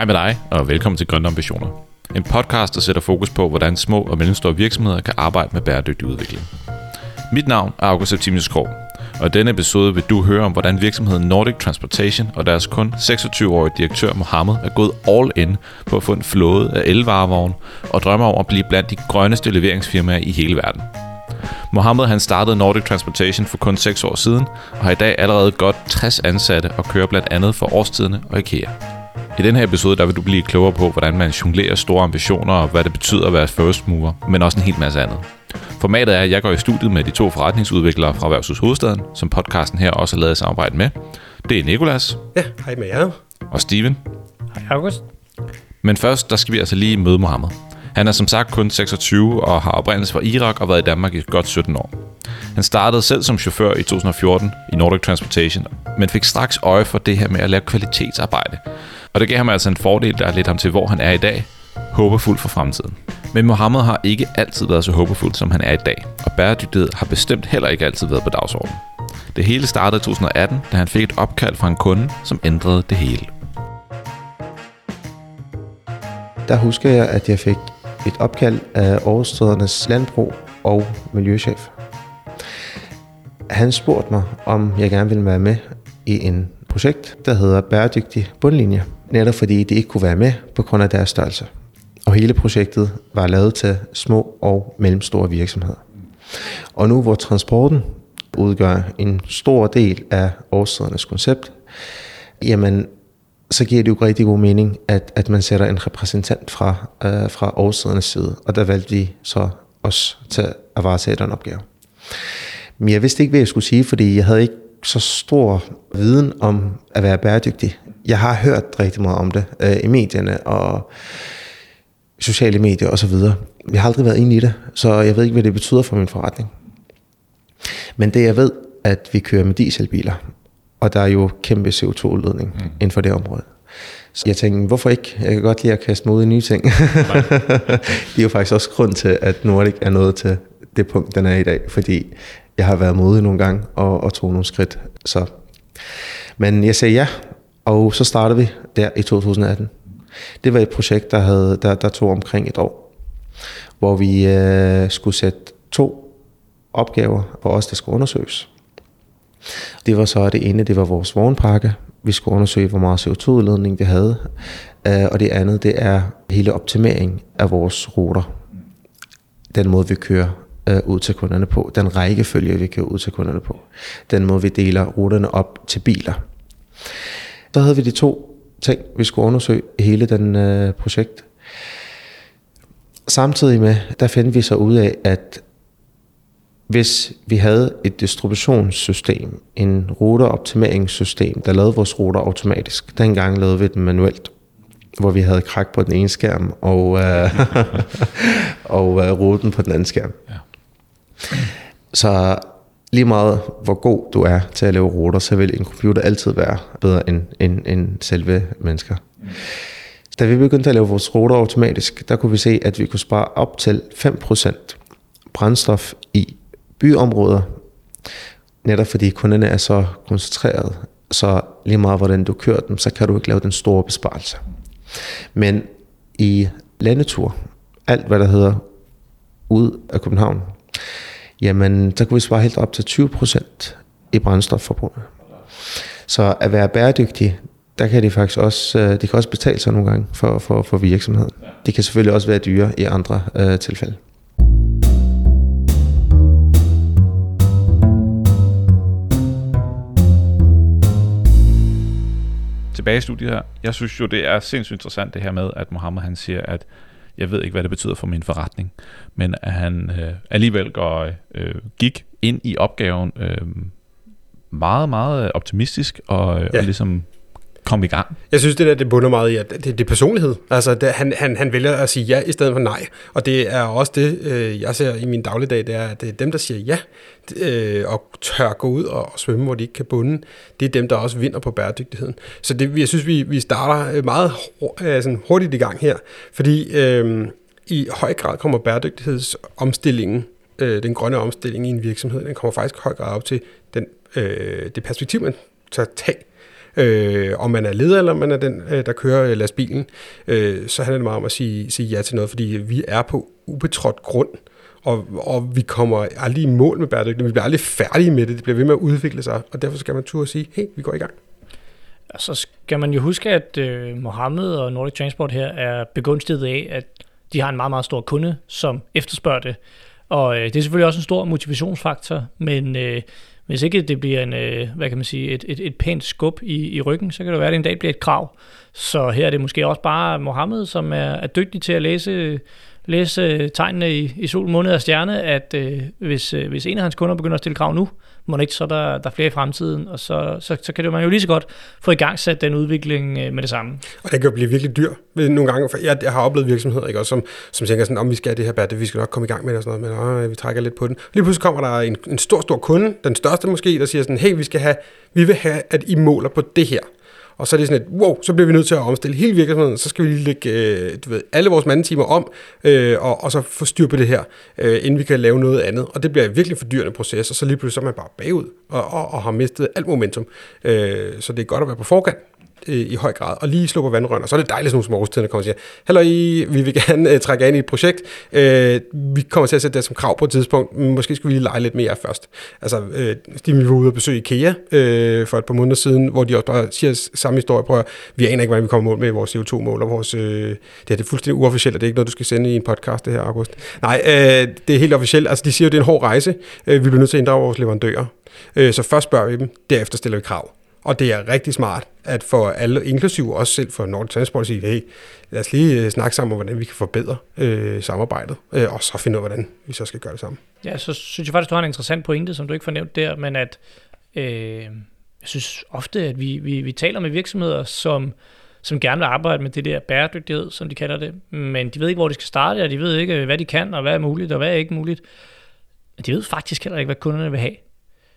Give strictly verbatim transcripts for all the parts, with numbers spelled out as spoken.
Hej med dig, og velkommen til Grønne Ambitioner. En podcast, der sætter fokus på, hvordan små og mellemstore virksomheder kan arbejde med bæredygtig udvikling. Mit navn er August Septimius Krog, og i denne episode vil du høre om, hvordan virksomheden Nordic Transportation og deres kun seksogtyve-årige direktør Mohammed er gået all in på at få en flåde af elvarevogne og drømmer om at blive blandt de grønneste leveringsfirmaer i hele verden. Mohammed han startede Nordic Transportation for kun seks år siden, og har i dag allerede godt tres ansatte og kører blandt andet for Årstiderne og IKEA. I den her episode der vil du blive klogere på, hvordan man jonglerer store ambitioner og hvad det betyder at være first mover, men også en hel masse andet. Formatet er, at jeg går i studiet med de to forretningsudviklere fra Erhvervshus Hovedstaden, som podcasten her også er lavet i samarbejde med. Det er Nicolas. Ja, hej med jer. Og Steven. Hej August. Men først, der skal vi altså lige møde Mohammed. Han er som sagt kun seksogtyve og har oprindelse fra Irak og været i Danmark i godt sytten år. Han startede selv som chauffør i to tusind og fjorten i Nordic Transportation, men fik straks øje for det her med at lave kvalitetsarbejde. Og det gav ham altså en fordel, der har ledt ham til, hvor han er i dag, håbefuld for fremtiden. Men Mohammed har ikke altid været så håbefuld, som han er i dag, og bæredygtighed har bestemt heller ikke altid været på dagsordenen. Det hele startede i to tusind og atten, da han fik et opkald fra en kunde, som ændrede det hele. Der husker jeg, at jeg fik et opkald af Årstidерnes landbrug og miljøchef. Han spurgte mig, om jeg gerne ville være med i en projekt, der hedder Bæredygtig Bundlinje, netop fordi de ikke kunne være med på grund af deres størrelse. Og hele projektet var lavet til små og mellemstore virksomheder. Og nu hvor transporten udgør en stor del af Årstidernes koncept, jamen så giver det jo rigtig god mening, at, at man sætter en repræsentant fra, øh, fra Årstidernes side. Og der valgte vi så os til at varetage den opgave. Men jeg vidste ikke, hvad jeg skulle sige, fordi jeg havde ikke så stor viden om at være bæredygtig. Jeg har hørt rigtig meget om det øh, i medierne og sociale medier osv. Jeg har aldrig været inde i det, så jeg ved ikke, hvad det betyder for min forretning. Men det jeg ved, at vi kører med dieselbiler, og der er jo kæmpe C O to udledning mm. inden for det område. Så jeg tænkte, hvorfor ikke? Jeg kan godt lide at kaste mig ud i nye ting. Det er jo faktisk også grund til, at Nordic er nået til det punkt, den er i dag, fordi jeg har været modig nogle gange og, og tog nogle skridt. Så. Men jeg sagde ja, og så startede vi der i to tusind og atten. Det var et projekt, der, havde, der, der tog omkring et år, hvor vi øh, skulle sætte to opgaver for os, der skulle undersøges. Det var så det ene, det var vores vognpakke. Vi skulle undersøge, hvor meget C O to udledning vi havde. Og det andet, det er hele optimering af vores ruter. Den måde, vi kører ud til kunderne på. Den rækkefølge, vi kører ud til kunderne på. Den måde, vi deler ruterne op til biler. Så havde vi de to ting, vi skulle undersøge i hele den øh, projekt. Samtidig med, der fandt vi så ud af, at hvis vi havde et distributionssystem, en ruteoptimeringssystem, der lavede vores ruter automatisk. Dengang lavede vi den manuelt, hvor vi havde krak på den ene skærm og, øh, og øh, ruten på den anden skærm. Ja. Så lige meget hvor god du er til at lave ruter, så vil en computer altid være bedre end, end, end selve mennesker. Mm. Da vi begyndte at lave vores ruter automatisk, der kunne vi se, at vi kunne spare op til fem procent brændstof i byområder, netop fordi kunderne er så koncentreret, så lige meget hvordan du kører dem, så kan du ikke lave den store besparelse. Men i landetur, alt hvad der hedder ud af København, jamen der kunne vi spare helt op til tyve procent i brændstofforbruget. Så at være bæredygtig, der kan de faktisk også, de kan også betale sig nogle gange for, for, for virksomheden. De kan selvfølgelig også være dyre i andre øh, tilfælde. Tilbage i studiet her. Jeg synes jo, det er sindssygt interessant det her med, at Mohammed han siger, at jeg ved ikke, hvad det betyder for min forretning, men at han øh, alligevel går, øh, gik ind i opgaven øh, meget, meget optimistisk og, ja. og ligesom kom i gang. Jeg synes, det der det bunder meget i, at det, det er personlighed. Altså, det, han, han, han vælger at sige ja i stedet for nej. Og det er også det, øh, jeg ser i min dagligdag, det er, at det er dem, der siger ja øh, og tør gå ud og, og svømme, hvor de ikke kan bunde. Det er dem, der også vinder på bæredygtigheden. Så det, jeg synes, vi, vi starter meget øh, sådan hurtigt i gang her, fordi øh, i høj grad kommer bæredygtighedsomstillingen, øh, den grønne omstilling i en virksomhed, den kommer faktisk i høj grad op til den, øh, det perspektiv, man tør tage. Øh, om man er leder, eller man er den, der kører lastbilen, øh, så handler det meget om at sige, sige ja til noget, fordi vi er på ubetrådt grund, og, og vi kommer aldrig i mål med bæredygtighed. Vi bliver aldrig færdige med det. Det bliver ved med at udvikle sig, og derfor skal man turde sige, hey, vi går i gang. Så skal man jo huske, at øh, Mohammed og Nordic Transport her er begunstiget af, at de har en meget, meget stor kunde, som efterspørger det. Og øh, det er selvfølgelig også en stor motivationsfaktor, men øh, hvis ikke det bliver en, øh, hvad kan man sige, et, et, et pænt skub i, i ryggen, så kan det være, at det en dag bliver et krav. Så her er det måske også bare Mohammed, som er, er dygtig til at læse, læse tegnene i, i sol, måned og stjerne, at øh, hvis, øh, hvis en af hans kunder begynder at stille krav nu, må ikke, så er der, der er flere i fremtiden, og så, så, så kan det man jo lige så godt få i gang sat den udvikling øh, med det samme. Og det kan jo blive virkelig dyr nogle gange. For jeg, jeg har oplevet virksomheder, ikke, også, som, som tænker sådan, om vi skal have det her bæredygtigt, vi skal nok komme i gang med det og sådan noget, men øh, vi trækker lidt på den. Lige pludselig kommer der en, en stor, stor kunde, den største måske, der siger sådan, hey, vi skal have, vi vil have, at I måler på det her. Og så er det sådan et, wow, så bliver vi nødt til at omstille hele virksomheden, så skal vi lige lægge øh, du ved, alle vores mandetimer om, øh, og, og så få styr på det her, øh, inden vi kan lave noget andet. Og det bliver en virkelig fordyrende proces, og så lige pludselig så er man bare bagud, og, og, og har mistet alt momentum. Øh, så det er godt at være på forkant øh, i høj grad, og lige slå på vandrøren, og så er det dejligt, sådan nogle som Aarhus-tiderne kommer og siger, hallo I, vi vil gerne øh, trække ind i et projekt, øh, vi kommer til at sætte det som krav på et tidspunkt, men måske skal vi lige lege lidt med jer først. Altså, øh, Stine, vi var ude og besøge IKEA øh, for et par måneder siden, hvor de også bare siger samme historie, prøv at, vi aner ikke, hvordan vi kommer mål med vores C O to mål, og vores, øh, det, her, det er fuldstændig uofficielt, og det er ikke noget, du skal sende i en podcast, det her, August. Nej, øh, det er helt officielt, altså de siger jo, det er en hård rejse, øh, vi bliver nødt til at inddrage vores leverandører, øh, så først spørger vi dem, derefter stiller vi krav. Og det er rigtig smart, at for alle, inklusive også selv for Nordic Transport, at sige, hey, lad os lige snakke sammen om, hvordan vi kan forbedre øh, samarbejdet, øh, og så finde ud af, hvordan vi så skal gøre det sammen. Ja, så synes jeg faktisk, du har en interessant pointe, som du ikke får nævnt der, men at øh, jeg synes ofte, at vi, vi, vi taler med virksomheder, som, som gerne vil arbejde med det der bæredygtighed, som de kalder det, men de ved ikke, hvor de skal starte, og de ved ikke, hvad de kan, og hvad er muligt, og hvad er ikke muligt. De ved faktisk heller ikke, hvad kunderne vil have.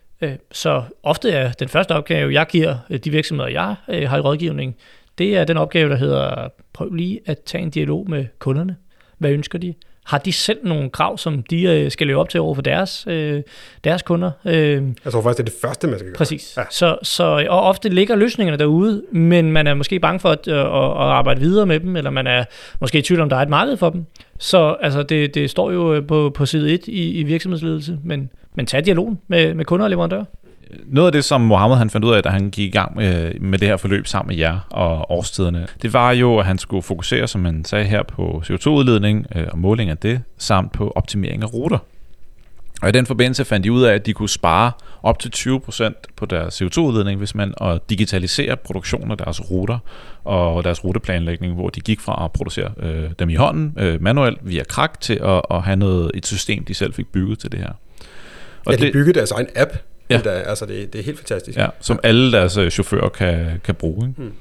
Så ofte er den første opgave, jeg giver de virksomheder, jeg har i rådgivning, det er den opgave, der hedder, prøv lige at tage en dialog med kunderne. Hvad ønsker de? Har de selv nogle krav, som de skal leve op til over for deres, deres kunder? Jeg tror faktisk, det er det første, man skal gøre. Præcis. Ja. Så, så, og ofte ligger løsningerne derude, men man er måske bange for at, at, at arbejde videre med dem, eller man er måske i tvivl om, der er et marked for dem. Så altså, det, det står jo på, på side et i, i virksomhedsledelse, men, men tag dialogen med, med kunder og leverandører. Noget af det, som Mohammed han fandt ud af, da han gik i gang med, med det her forløb sammen med jer og årstiderne, det var jo, at han skulle fokusere, som man sagde her, på C O to udledning øh, og måling af det, samt på optimering af ruter. Og i den forbindelse fandt de ud af, at de kunne spare op til tyve procent på deres C O to udledning, hvis man og digitalisere produktionen af deres ruter og deres ruteplanlægning, hvor de gik fra at producere øh, dem i hånden øh, manuelt via Krak til at, at have noget, et system, de selv fik bygget til det her. Og ja, de det, byggede deres egen app. Ja. Der, altså det, det er helt fantastisk. Ja, som ja. alle deres chauffører kan, kan bruge. Ikke? Hmm.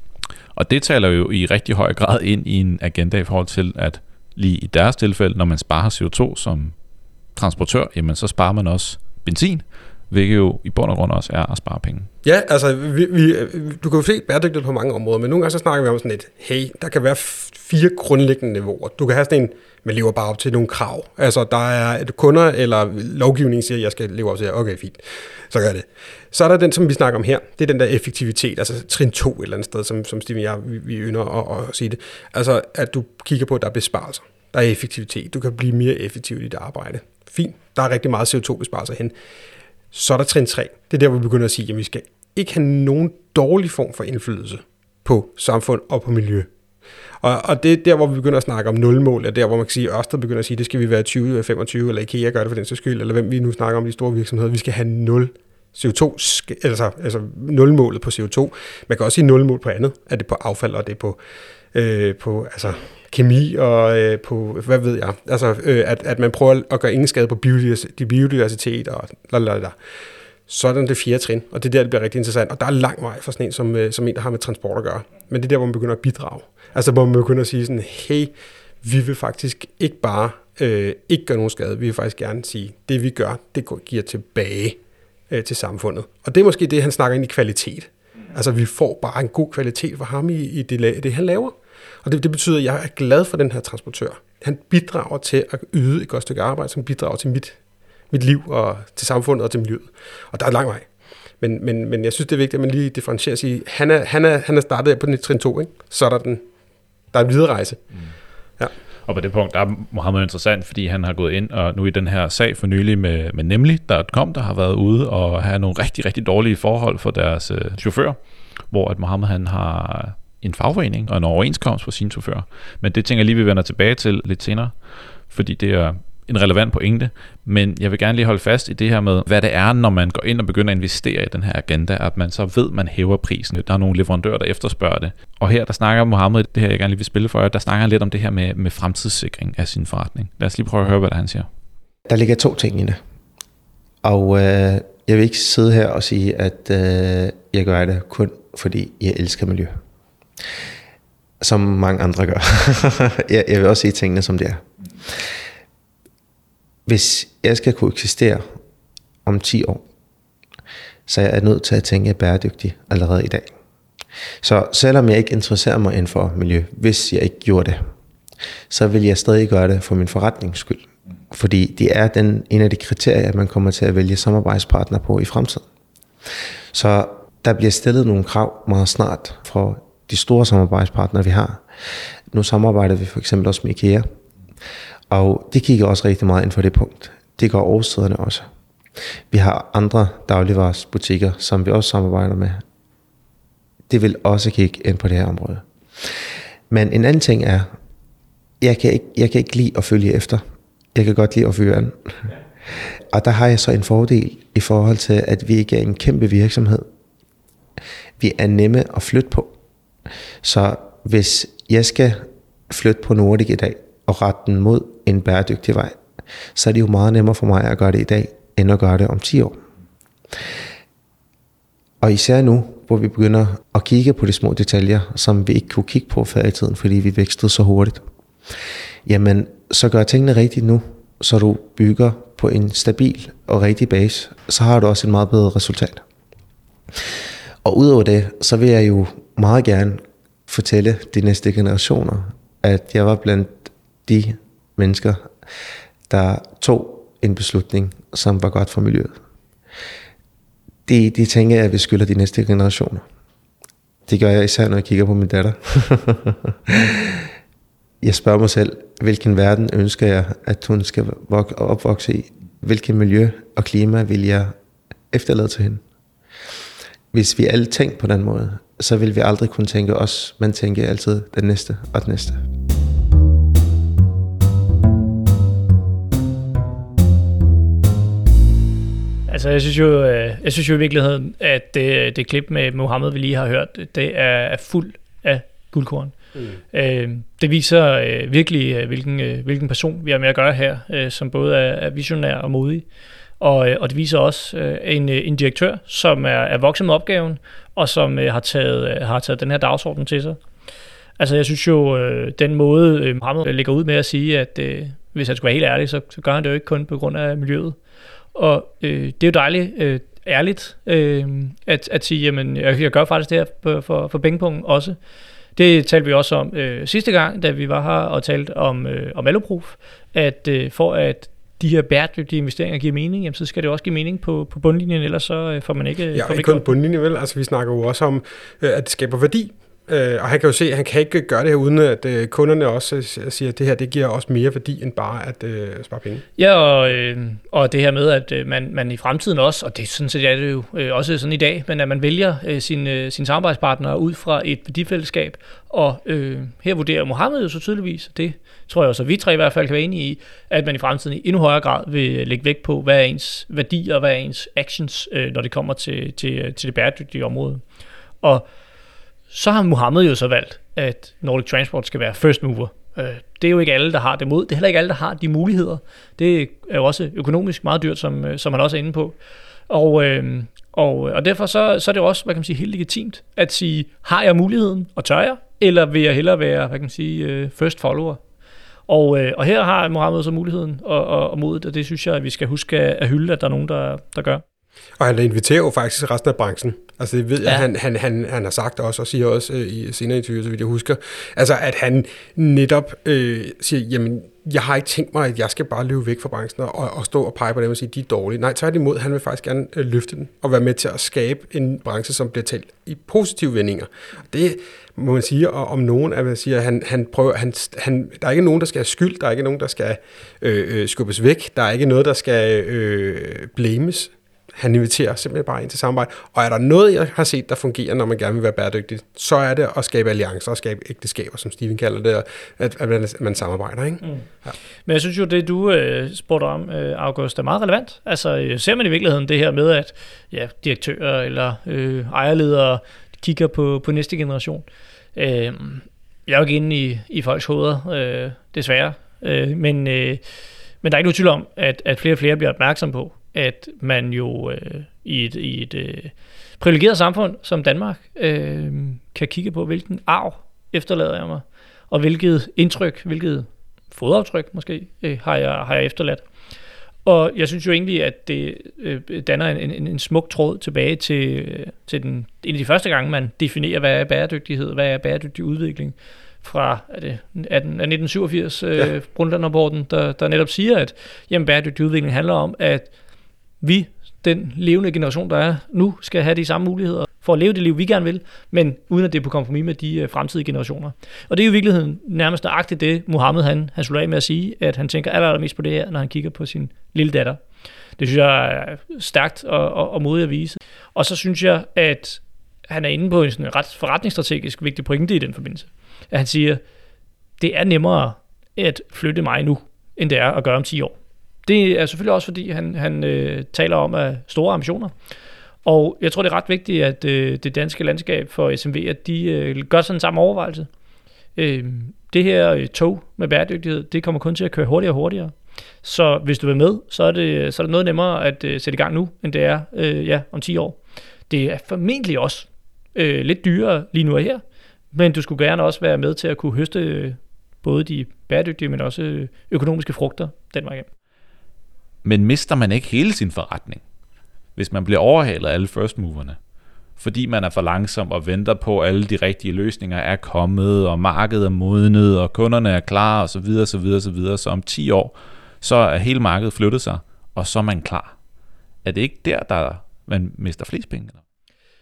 Og det taler jo i rigtig høj grad ind i en agenda i forhold til, at lige i deres tilfælde, når man sparer C O to som transportør, jamen så sparer man også benzin, hvilket jo i bund og grund også er at spare penge. Ja, altså vi, vi, du kan jo se bæredygtighed på mange områder, men nogle gange så snakker vi om sådan et, hey, der kan være fire grundlæggende niveauer. Du kan have sådan en, man lever bare op til nogle krav. Altså der er et kunder eller lovgivning siger, jeg skal leve op til det. Okay, fint. Så gør det. Så er der den, som vi snakker om her. Det er den der effektivitet, altså trin to et eller andet sted, som, som Steve og jeg, vi, vi ynder at, at sige det. Altså at du kigger på, at der er besparelser. Der er effektivitet. Du kan blive mere effektiv i dit arbejde. Fint. Der er rigtig meget C O to besparelser hen. Så er der trin tre. Det er der, hvor vi begynder at sige, at vi skal ikke have nogen dårlig form for indflydelse på samfund og på miljø. Og, og det er der, hvor vi begynder at snakke om nulmål, er der, hvor man kan sige, at Ørsted begynder at sige, at det skal vi være tyve, femogtyve, eller IKEA gør det for den sags skyld, eller hvem vi nu snakker om, de store virksomheder. Vi skal have nul C O to, altså, altså nulmålet på C O to. Man kan også sige nulmål på andet. Er det på affald, og det er på, øh, på altså, kemi, og øh, på, hvad ved jeg, altså, øh, at, at man prøver at gøre ingen skade på biodiversitet, biodiversitet og lalala. Sådan det fjerde trin, og det er der, det bliver rigtig interessant. Og der er lang vej for sådan en, som, som en, der har med transport at gøre. Men det er der, hvor man begynder at bidrage. Altså, hvor man begynder at sige sådan, hey, vi vil faktisk ikke bare øh, ikke gøre nogen skade. Vi vil faktisk gerne sige, det vi gør, det giver tilbage øh, til samfundet. Og det er måske det, han snakker ind i kvalitet. Altså, vi får bare en god kvalitet for ham i, i det, det, han laver. Og det, det betyder, at jeg er glad for den her transportør. Han bidrager til at yde et godt stykke arbejde, som bidrager til mit mit liv og til samfundet og til miljøet. Og der er lang vej. Men, men, men jeg synes, det er vigtigt, at man lige differentierer sig i, han er, han er, han er startet på den trin to, ikke? Så er der, den, der er en videre rejse. Mm. Ja. Og på det punkt, der er Mohammed interessant, fordi han har gået ind, og nu i den her sag for nylig med, med Nemlig punktum com, der har været ude og have nogle rigtig, rigtig dårlige forhold for deres øh, chauffører, hvor at Mohammed han har en fagforening og en overenskomst for sine chauffører. Men det tænker jeg lige, vi vender tilbage til lidt senere, fordi det er en relevant pointe, men jeg vil gerne lige holde fast i det her med, hvad det er, når man går ind og begynder at investere i den her agenda, at man så ved, at man hæver prisen. Der er nogle leverandører, der efterspørger det. Og her, der snakker Mohammed, det her jeg gerne lige vil spille for jer, der snakker han lidt om det her med, med fremtidssikring af sin forretning. Lad os lige prøve at høre, hvad det han siger. Der ligger to ting i det. Og øh, jeg vil ikke sidde her og sige, at øh, jeg gør det kun fordi jeg elsker miljø. Som mange andre gør. jeg, jeg vil også sige tingene, som det er. Hvis jeg skal kunne eksistere om ti år, så er jeg nødt til at tænke bæredygtigt allerede i dag. Så selvom jeg ikke interesserer mig inden for miljø, hvis jeg ikke gjorde det, så vil jeg stadig gøre det for min forretnings skyld. Fordi det er den, en af de kriterier, man kommer til at vælge samarbejdspartner på i fremtiden. Så der bliver stillet nogle krav meget snart fra de store samarbejdspartnere, vi har. Nu samarbejder vi for eksempel også med IKEA, og det kigger også rigtig meget ind for det punkt. Det går årstiderne også. Vi har andre dagligvaresbutikker, som vi også samarbejder med. Det vil også kigge ind på det her område. Men en anden ting er, jeg kan ikke, jeg kan ikke lide at følge efter. Jeg kan godt lide at fyre an. Og der har jeg så en fordel i forhold til, at vi ikke er en kæmpe virksomhed. Vi er nemme at flytte på. Så hvis jeg skal flytte på Nordic i dag, og rette den mod en bæredygtig vej, så er det jo meget nemmere for mig at gøre det i dag, end at gøre det om ti år. Og især nu, hvor vi begynder at kigge på de små detaljer, som vi ikke kunne kigge på før i tiden, fordi vi vækstede så hurtigt. Jamen, så gør tingene rigtigt nu, så du bygger på en stabil og rigtig base, så har du også et meget bedre resultat. Og udover det, så vil jeg jo meget gerne fortælle de næste generationer, at jeg var blandt de mennesker, der tog en beslutning, som var godt for miljøet. Det, de tænker jeg, at vi skylder de næste generationer. Det gør jeg især, når jeg kigger på min datter. Jeg spørger mig selv, hvilken verden ønsker jeg, at hun skal opvokse i? Hvilken miljø og klima vil jeg efterlade til hende? Hvis vi alle tænker på den måde, så vil vi aldrig kunne tænke os, men tænke altid den næste og den næste. Altså, jeg synes jo, jeg synes jo i virkeligheden, at det, det klip med Mohammed, vi lige har hørt, det er fuld af guldkorn. Mm. Øh, det viser øh, virkelig, øh, hvilken, øh, hvilken person vi har med at gøre her, øh, som både er, er visionær og modig. Og, øh, og det viser også øh, en, en direktør, som er, er vokset med opgaven, og som øh, har, taget, øh, har taget den her dagsorden til sig. Altså, jeg synes jo, øh, den måde, øh, Mohammed lægger ud med at sige, at øh, hvis han skulle være helt ærlig, så, så gør han det jo ikke kun på grund af miljøet. Og øh, det er jo dejligt øh, ærligt øh, at, at sige, jamen, jeg, jeg gør faktisk det her for, for, for pengepunkten også. Det talte vi også om øh, sidste gang, da vi var her og talte om, øh, om Aluproof, at øh, for at de her bæredygtige investeringer giver mening, jamen, så skal det også give mening på, på bundlinjen, ellers så øh, får man ikke... Ja, ikke kun bundlinjen, vel? Altså, vi snakker jo også om, øh, at det skaber værdi. Øh, og han kan jo se, at han kan ikke gøre det her, uden at øh, kunderne også siger, at det her det giver også mere værdi, end bare at øh, spare penge. Ja, og, øh, og det her med, at øh, man, man i fremtiden også, og det sådan set er det jo øh, også sådan i dag, men at man vælger øh, sine øh, sin samarbejdspartnere ud fra et værdifællesskab, og øh, her vurderer Mohammed jo så tydeligvis, det tror jeg også, at vi tre i hvert fald kan være enige i, at man i fremtiden i endnu højere grad vil lægge vægt på, hvad er ens værdier og hvad er ens actions, øh, når det kommer til, til, til det bæredygtige område. Og så har Mohammed jo så valgt, at Nordic Transport skal være first mover. Det er jo ikke alle, der har det mod. Det er heller ikke alle, der har de muligheder. Det er jo også økonomisk meget dyrt, som, som man også er inde på. Og, og, og derfor så, så er det jo også, hvad kan man sige, helt legitimt at sige, har jeg muligheden, og tør jeg? Eller vil jeg hellere være, hvad kan man sige, first follower? Og, og her har Mohammed så muligheden og, og, og modet, og det synes jeg, at vi skal huske at hylde, at der er nogen, der, der gør. Og han inviterer jo faktisk resten af branchen Altså det ved jeg, ja. han, han, han, han har sagt også, og siger også øh, i senere interviewer, så vidt jeg husker, altså at han netop øh, siger, jamen, jeg har ikke tænkt mig, at jeg skal bare løbe væk fra branchen og, og stå og pege på dem og sige, de er dårlige. Nej, tværtimod, han vil faktisk gerne øh, løfte den og være med til at skabe en branche, som bliver talt i positive vendinger. Det må man sige om nogen, at man siger, at han, han prøver, han, han, der er ikke nogen, der skal have skyld, der er ikke nogen, der skal øh, øh, skubbes væk, der er ikke noget, der skal øh, blames. Han inviterer simpelthen bare ind til samarbejde. Og er der noget, jeg har set, der fungerer, når man gerne vil være bæredygtig, så er det at skabe alliancer og skabe ægteskaber, som Steven kalder det, at, at man, man samarbejder. Ikke? Mm. Ja. Men jeg synes jo, det du øh, spurgte om, øh, August, er meget relevant. Altså øh, ser man i virkeligheden det her med, at ja, direktører eller øh, ejerledere kigger på, på næste generation. Øh, jeg er jo ikke inde i, i folks hoveder, øh, desværre. Øh, men, øh, men der er ikke nogen tvivl om, at, at flere og flere bliver opmærksom på, at man jo øh, i et, i et øh, privilegeret samfund som Danmark øh, kan kigge på, hvilken arv efterlader jeg mig, og hvilket indtryk, hvilket fodaftryk måske, øh, har, jeg, har jeg efterladt. Og jeg synes jo egentlig, at det øh, danner en, en, en smuk tråd tilbage til, til den, en af de første gange, man definerer, hvad er bæredygtighed, hvad er bæredygtig udvikling, fra er det nitten syvogfirs, øh, ja. Brundtland-rapporten, der, der netop siger, at jamen, bæredygtig udvikling handler om, at vi, den levende generation, der er nu, skal have de samme muligheder for at leve det liv, vi gerne vil, men uden at det er på kompromis med de uh, fremtidige generationer. Og det er jo i virkeligheden nærmest nøjagtigt det, Mohammed han, han slutter af med at sige, at han tænker allermest på det her, når han kigger på sin lille datter. Det synes jeg er stærkt og, og, og modigt at vise. Og så synes jeg, at han er inde på en sådan ret forretningsstrategisk vigtig pointe i den forbindelse. At han siger, det er nemmere at flytte mig nu, end det er at gøre om ti år. Det er selvfølgelig også, fordi han, han øh, taler om at store ambitioner. Og jeg tror, det er ret vigtigt, at øh, det danske landskab for S M V'er, de øh, gør sådan en samme overvejelse. Øh, det her øh, tog med bæredygtighed, det kommer kun til at køre hurtigere og hurtigere. Så hvis du vil med, så er det, så er det noget nemmere at øh, sætte i gang nu, end det er øh, ja, om ti år. Det er formentlig også øh, lidt dyrere lige nu og her, men du skulle gerne også være med til at kunne høste øh, både de bæredygtige, men også øh, økonomiske frugter den vej igennem. Men mister man ikke hele sin forretning, hvis man bliver overhalet af alle first moverne? Fordi man er for langsom og venter på, at alle de rigtige løsninger er kommet, og markedet er modnet, og kunderne er klar, og så videre, så videre, så videre. Så om ti år, så er hele markedet flyttet sig, og så er man klar. Er det ikke der, der man mister flest penge? Eller?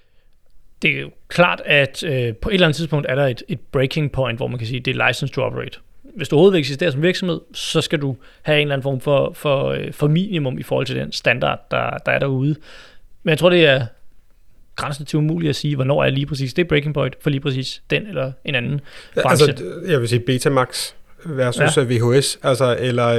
Det er jo klart, at øh, på et eller andet tidspunkt er der et, et breaking point, hvor man kan sige, det er license to operate. Hvis du overhovedet eksisterer som virksomhed, så skal du have en eller anden form for, for, for minimum i forhold til den standard, der, der er derude. Men jeg tror, det er grænsen til umuligt at sige, hvornår er lige præcis det breaking point for lige præcis den eller en anden branche. Altså, jeg vil sige Betamax versus ja. V H S, altså, eller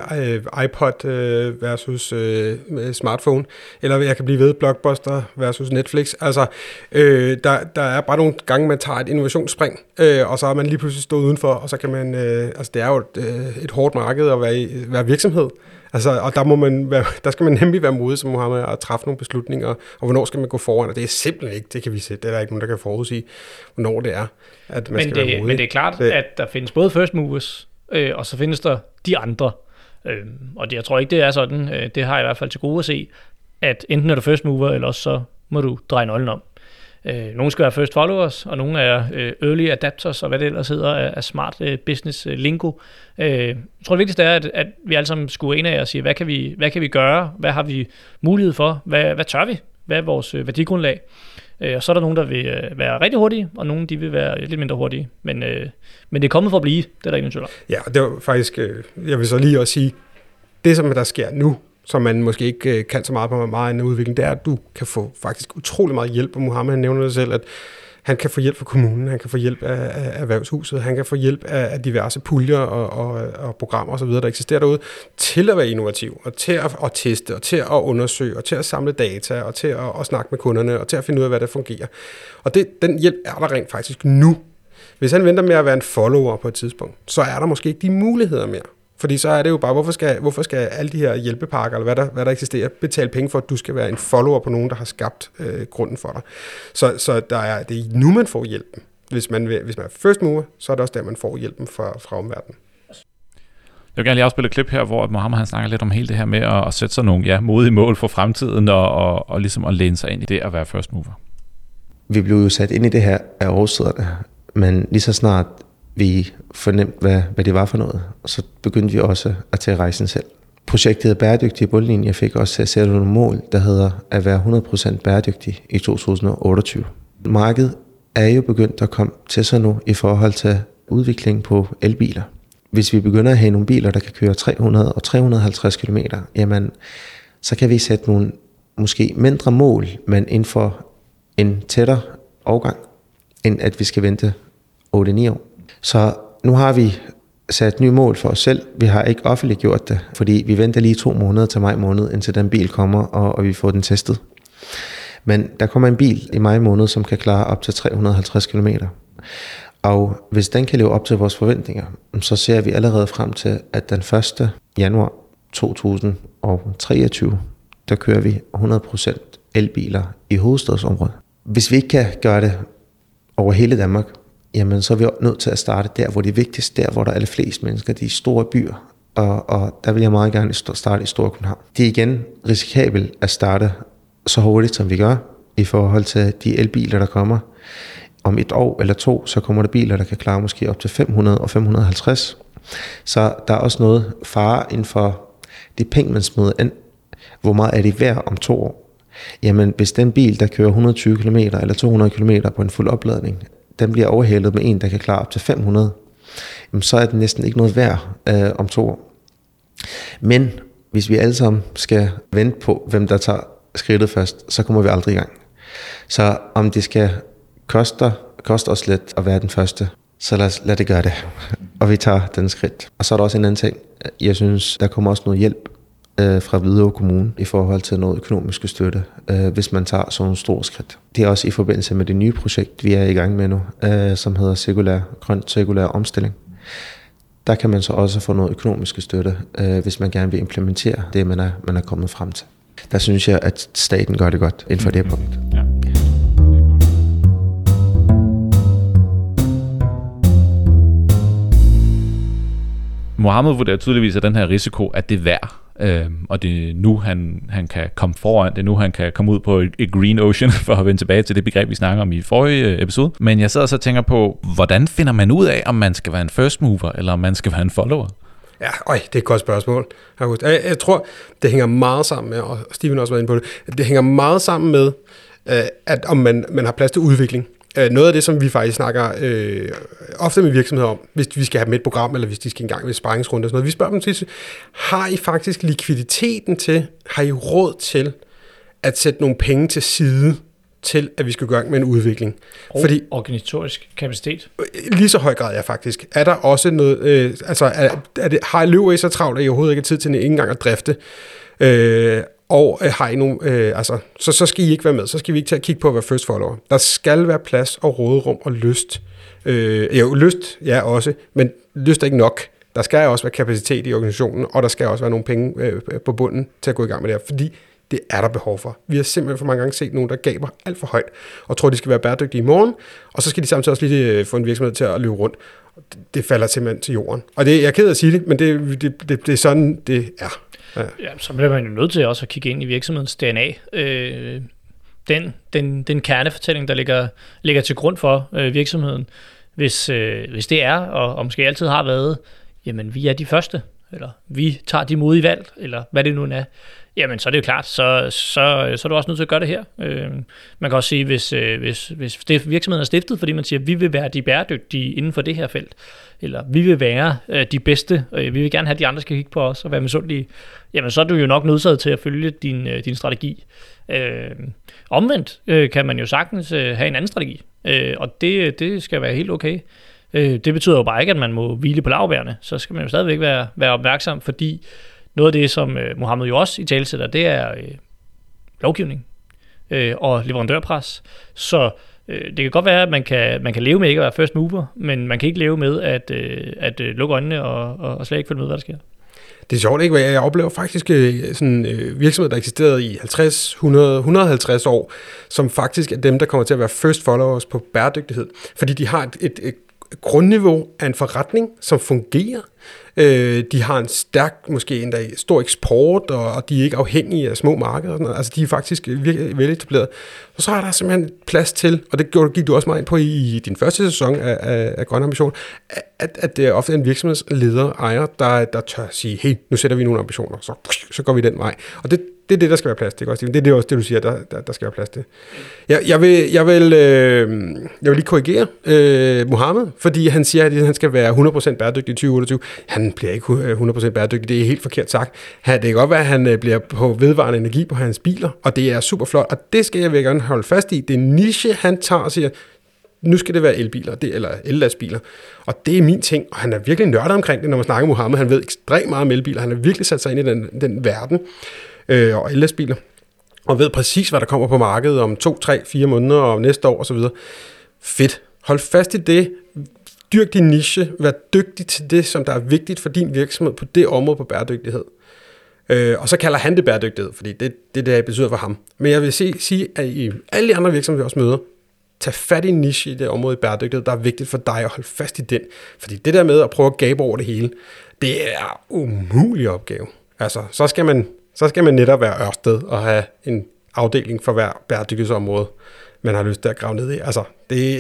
øh, iPod øh, versus øh, smartphone, eller jeg kan blive ved Blockbuster versus Netflix. Altså, øh, der, der er bare nogle gange, man tager et innovationsspring, øh, og så er man lige pludselig stået udenfor, og så kan man, øh, altså det er jo et, øh, et hårdt marked at være, i, være virksomhed. Altså, og der, må man være, der skal man nemlig være modig som Mohammed at træffe nogle beslutninger, og hvornår skal man gå foran, og det er simpelthen ikke, det kan vi se, det er der ikke nogen, der kan forudsige, hvornår det er, at man men skal det, være modig. Men det er klart, det, at der findes både first movers, øh, og så findes der de andre, øh, og det, jeg tror ikke, det er sådan, øh, det har jeg i hvert fald til gode at se, at enten er du first mover, eller også så må du dreje nøglen om. Øh, nogle skal være first followers, og nogle er øh, early adapters, og hvad det ellers hedder af smart øh, business øh, lingo. Øh, jeg tror det vigtigste er, at, at vi alle sammen skulle ind af og sige, hvad kan vi, hvad kan vi gøre? Hvad har vi mulighed for? Hvad, hvad tør vi? Hvad er vores øh, værdigrundlag? Øh, og så er der nogen, der vil øh, være rigtig hurtige, og nogen, de vil være lidt mindre hurtige. Men, øh, men det er kommet for at blive, det er der ikke nogen tvivl om. Ja, og det var faktisk, øh, jeg vil så lige også sige, det som der sker nu, som man måske ikke kan så meget på meget af udvikling, det er, at du kan få faktisk utrolig meget hjælp, og Mohammed nævner det selv, at han kan få hjælp fra kommunen, han kan få hjælp af, af erhvervshuset, han kan få hjælp af, af diverse puljer og, og, og programmer osv., der eksisterer derude, til at være innovativ, og til at, at teste, og til at undersøge, og til at samle data, og til at, at snakke med kunderne, og til at finde ud af, hvad der fungerer. Og det, den hjælp er der rent faktisk nu. Hvis han venter med at være en follower på et tidspunkt, så er der måske ikke de muligheder mere. Fordi så er det jo bare, hvorfor skal, hvorfor skal alle de her hjælpepakker, eller hvad der, hvad der eksisterer, betale penge for, at du skal være en follower på nogen, der har skabt øh, grunden for dig. Så, så der er, det er nu, man får hjælpen. Hvis man, hvis man er first mover, så er det også der, man får hjælpen fra, fra omverdenen. Jeg vil gerne lige afspille et klip her, hvor Mohammed han snakker lidt om hele det her med at, at sætte sig nogle ja, modige mål for fremtiden, og, og, og ligesom at læne sig ind i det at være first mover. vi blev jo sat ind i det her af årstiderne, men lige så snart vi fornemte, hvad, hvad det var for noget, så begyndte vi også at tage rejsen selv. Projektet Bæredygtige Bundlinje fik også til at sætte nogle mål, der hedder at være hundrede procent bæredygtig i to tusind og otteogtyve. Markedet er jo begyndt at komme til sig nu i forhold til udvikling på elbiler. Hvis vi begynder at have nogle biler, der kan køre tre hundrede og tre hundrede og halvtreds kilometer, jamen, så kan vi sætte nogle måske mindre mål, men inden for en tættere overgang, end at vi skal vente otte ni år. Så nu har vi sat nye mål for os selv. Vi har ikke offentliggjort det, fordi vi venter lige to måneder til maj måned, indtil den bil kommer, og, og vi får den testet. Men der kommer en bil i maj måned, som kan klare op til tre hundrede og halvtreds kilometer. Og hvis den kan leve op til vores forventninger, så ser vi allerede frem til, at den første januar to tusind og treogtyve, der kører vi hundrede procent elbiler i hovedstadsområdet. Hvis vi ikke kan gøre det over hele Danmark, jamen så er vi nødt til at starte der, hvor det er vigtigst, der hvor der er allerflest mennesker, de store byer, og, og der vil jeg meget gerne starte i Storkøbenhavn. Det er igen risikabelt at starte så hurtigt, som vi gør, i forhold til de elbiler, der kommer. Om et år eller to, så kommer der biler, der kan klare måske op til fem hundrede og fem hundrede og halvtreds. Så der er også noget fare inden for de penge, man smider ind. Hvor meget er det værd om to år? Jamen, hvis den bil, der kører et hundrede og tyve kilometer eller to hundrede kilometer på en fuld opladning, den bliver overhældet med en, der kan klare op til fem hundrede, jamen, så er det næsten ikke noget værd øh, om to år. Men hvis vi alle sammen skal vente på, hvem der tager skridtet først, så kommer vi aldrig i gang. Så om det skal koste, koste os lidt at være den første, så lad, lad det gøre det. Og vi tager den skridt. Og så er der også en anden ting. Jeg synes, der kommer også noget hjælp øh, fra Hvidovre Kommune i forhold til noget økonomisk støtte, øh, hvis man tager sådan nogle store skridt. Det er også i forbindelse med det nye projekt, vi er i gang med nu, øh, som hedder cirkulær, grøn cirkulær omstilling. Der kan man så også få noget økonomisk støtte, øh, hvis man gerne vil implementere det, man er, man er kommet frem til. Der synes jeg, at staten gør det godt inden for det punkt. Ja. Mohammed vurderer tydeligvis, at den her risiko, at det er værd, øh, og det er nu, han, han kan komme foran, det er nu, han kan komme ud på et, et green ocean, for at vende tilbage til det begreb, vi snakker om i forrige episode. Men jeg sidder så og tænker på, hvordan finder man ud af, om man skal være en first mover, eller om man skal være en follower? Ja, øj, det er et godt spørgsmål, August. Jeg, jeg tror, det hænger meget sammen med, og Steven også var inde på det, det hænger meget sammen med, at om man, man har plads til udvikling. Noget af det, som vi faktisk snakker øh, ofte med virksomheder om, hvis vi skal have med et program, eller hvis de skal engang ved sparringsrunde og sådan noget, vi spørger dem til, har I faktisk likviditeten til, har I råd til at sætte nogle penge til side, til at vi skal gå i gang med en udvikling? Og fordi, organisatorisk kapacitet. Lige så høj grad, ja faktisk. Er der også noget, øh, altså er, er det, har I løber I så travlt, at I overhovedet ikke har tid til ikke engang at drifte? Øh, Og øh, har I nogle, øh, altså, så, så skal I ikke være med, så skal vi ikke tage at kigge på at være first follower. Der skal være plads og råderum og lyst. Øh, jo, lyst, ja også, men lyst er ikke nok. Der skal også være kapacitet i organisationen, og der skal også være nogle penge øh, på bunden til at gå i gang med det her, fordi det er der behov for. Vi har simpelthen for mange gange set nogen, der gaber alt for højt, og tror, de skal være bæredygtige i morgen, og så skal de samtidig også lige få en virksomhed til at løbe rundt. Det falder simpelthen til jorden. Og det, jeg er ked af at sige det, men det, det, det, det er sådan, det er. Ja. Ja, så bliver man jo nødt til også at kigge ind i virksomhedens D N A. Øh, den, den, den kernefortælling, der ligger, ligger til grund for øh, virksomheden, hvis, øh, hvis det er, og, og måske altid har været, jamen vi er de første, eller vi tager de modige valg, eller hvad det nu er, jamen så er det jo klart, så, så, så er du også nødt til at gøre det her. Øh, man kan også sige, hvis, øh, hvis, hvis det, virksomheden er stiftet, fordi man siger, at vi vil være de bæredygtige inden for det her felt, eller vi vil være øh, de bedste, øh, vi vil gerne have, at de andre skal kigge på os og være misundelige, jamen så er du jo nok nødsaget til at følge din, øh, din strategi. Øh, omvendt øh, kan man jo sagtens øh, have en anden strategi, øh, og det, det skal være helt okay. Øh, det betyder jo bare ikke, at man må hvile på laurbærrene, så skal man jo stadigvæk være, være opmærksom, fordi noget af det, som øh, Mohammed jo også i tale sætter, det er øh, lovgivning øh, og leverandørpres. Så øh, det kan godt være, at man kan, man kan leve med ikke at være first mover, men man kan ikke leve med at, øh, at øh, lukke øjnene og, og, og slet ikke følge med, hvad der sker. Det er sjovt, ikke? Jeg oplever faktisk sådan øh, virksomheder, der eksisterede i halvtreds, hundrede, et hundrede og halvtreds år, som faktisk er dem, der kommer til at være first followers på bæredygtighed, fordi de har et, et, et grundniveau af en forretning, som fungerer. Øh, de har en stærk, måske endda stor eksport, og, og de er ikke afhængige af små markeder. Og sådan noget. Altså, de er faktisk virkelig veletableret. Og så er der simpelthen plads til, og det gik du også meget ind på i, i din første sæson af, af, af Grøn Ambition, at, at det er ofte en virksomhedsleder, ejer, der, der tør sige, hey, nu sætter vi nogle ambitioner, så, så går vi den vej. Og det Det er det, der skal være plads til, Steven. Det er det også det, du siger, der, der, der skal være plads til. Jeg, jeg, vil, jeg, vil, øh, jeg vil lige korrigere øh, Mohammed, fordi han siger, at han skal være hundrede procent bæredygtig i tyve otteogtyve. Han bliver ikke hundrede procent bæredygtig, det er helt forkert sagt. Han, det kan godt være, at han bliver på vedvarende energi på hans biler, og det er super flot, og det skal jeg gerne holde fast i. Det er en niche, han tager og siger, nu skal det være elbiler, det, eller ellastbiler. Og det er min ting, og han er virkelig nørdet omkring det, når man snakker med Mohammed. Han ved ekstremt meget om elbiler, han har virkelig sat sig ind i den, den verden. Øh, og ellastbiler, og ved præcis, hvad der kommer på markedet om to, tre, fire måneder og næste år osv. Fedt. Hold fast i det. Dyrk din niche. Vær dygtig til det, som der er vigtigt for din virksomhed på det område på bæredygtighed. Øh, og så kalder han det bæredygtighed, fordi det er det, det betyder for ham. Men jeg vil se, sige, at i alle de andre virksomheder, vi også møder, tag fat i en niche i det område i bæredygtighed, der er vigtigt for dig at holde fast i den. Fordi det der med at prøve at gabe over det hele, det er en umulig opgave. Altså, så skal man Så skal man netop være Ørsted og have en afdeling for hver bæredygtighedsområde, man har lyst til at grave ned i. Altså, det,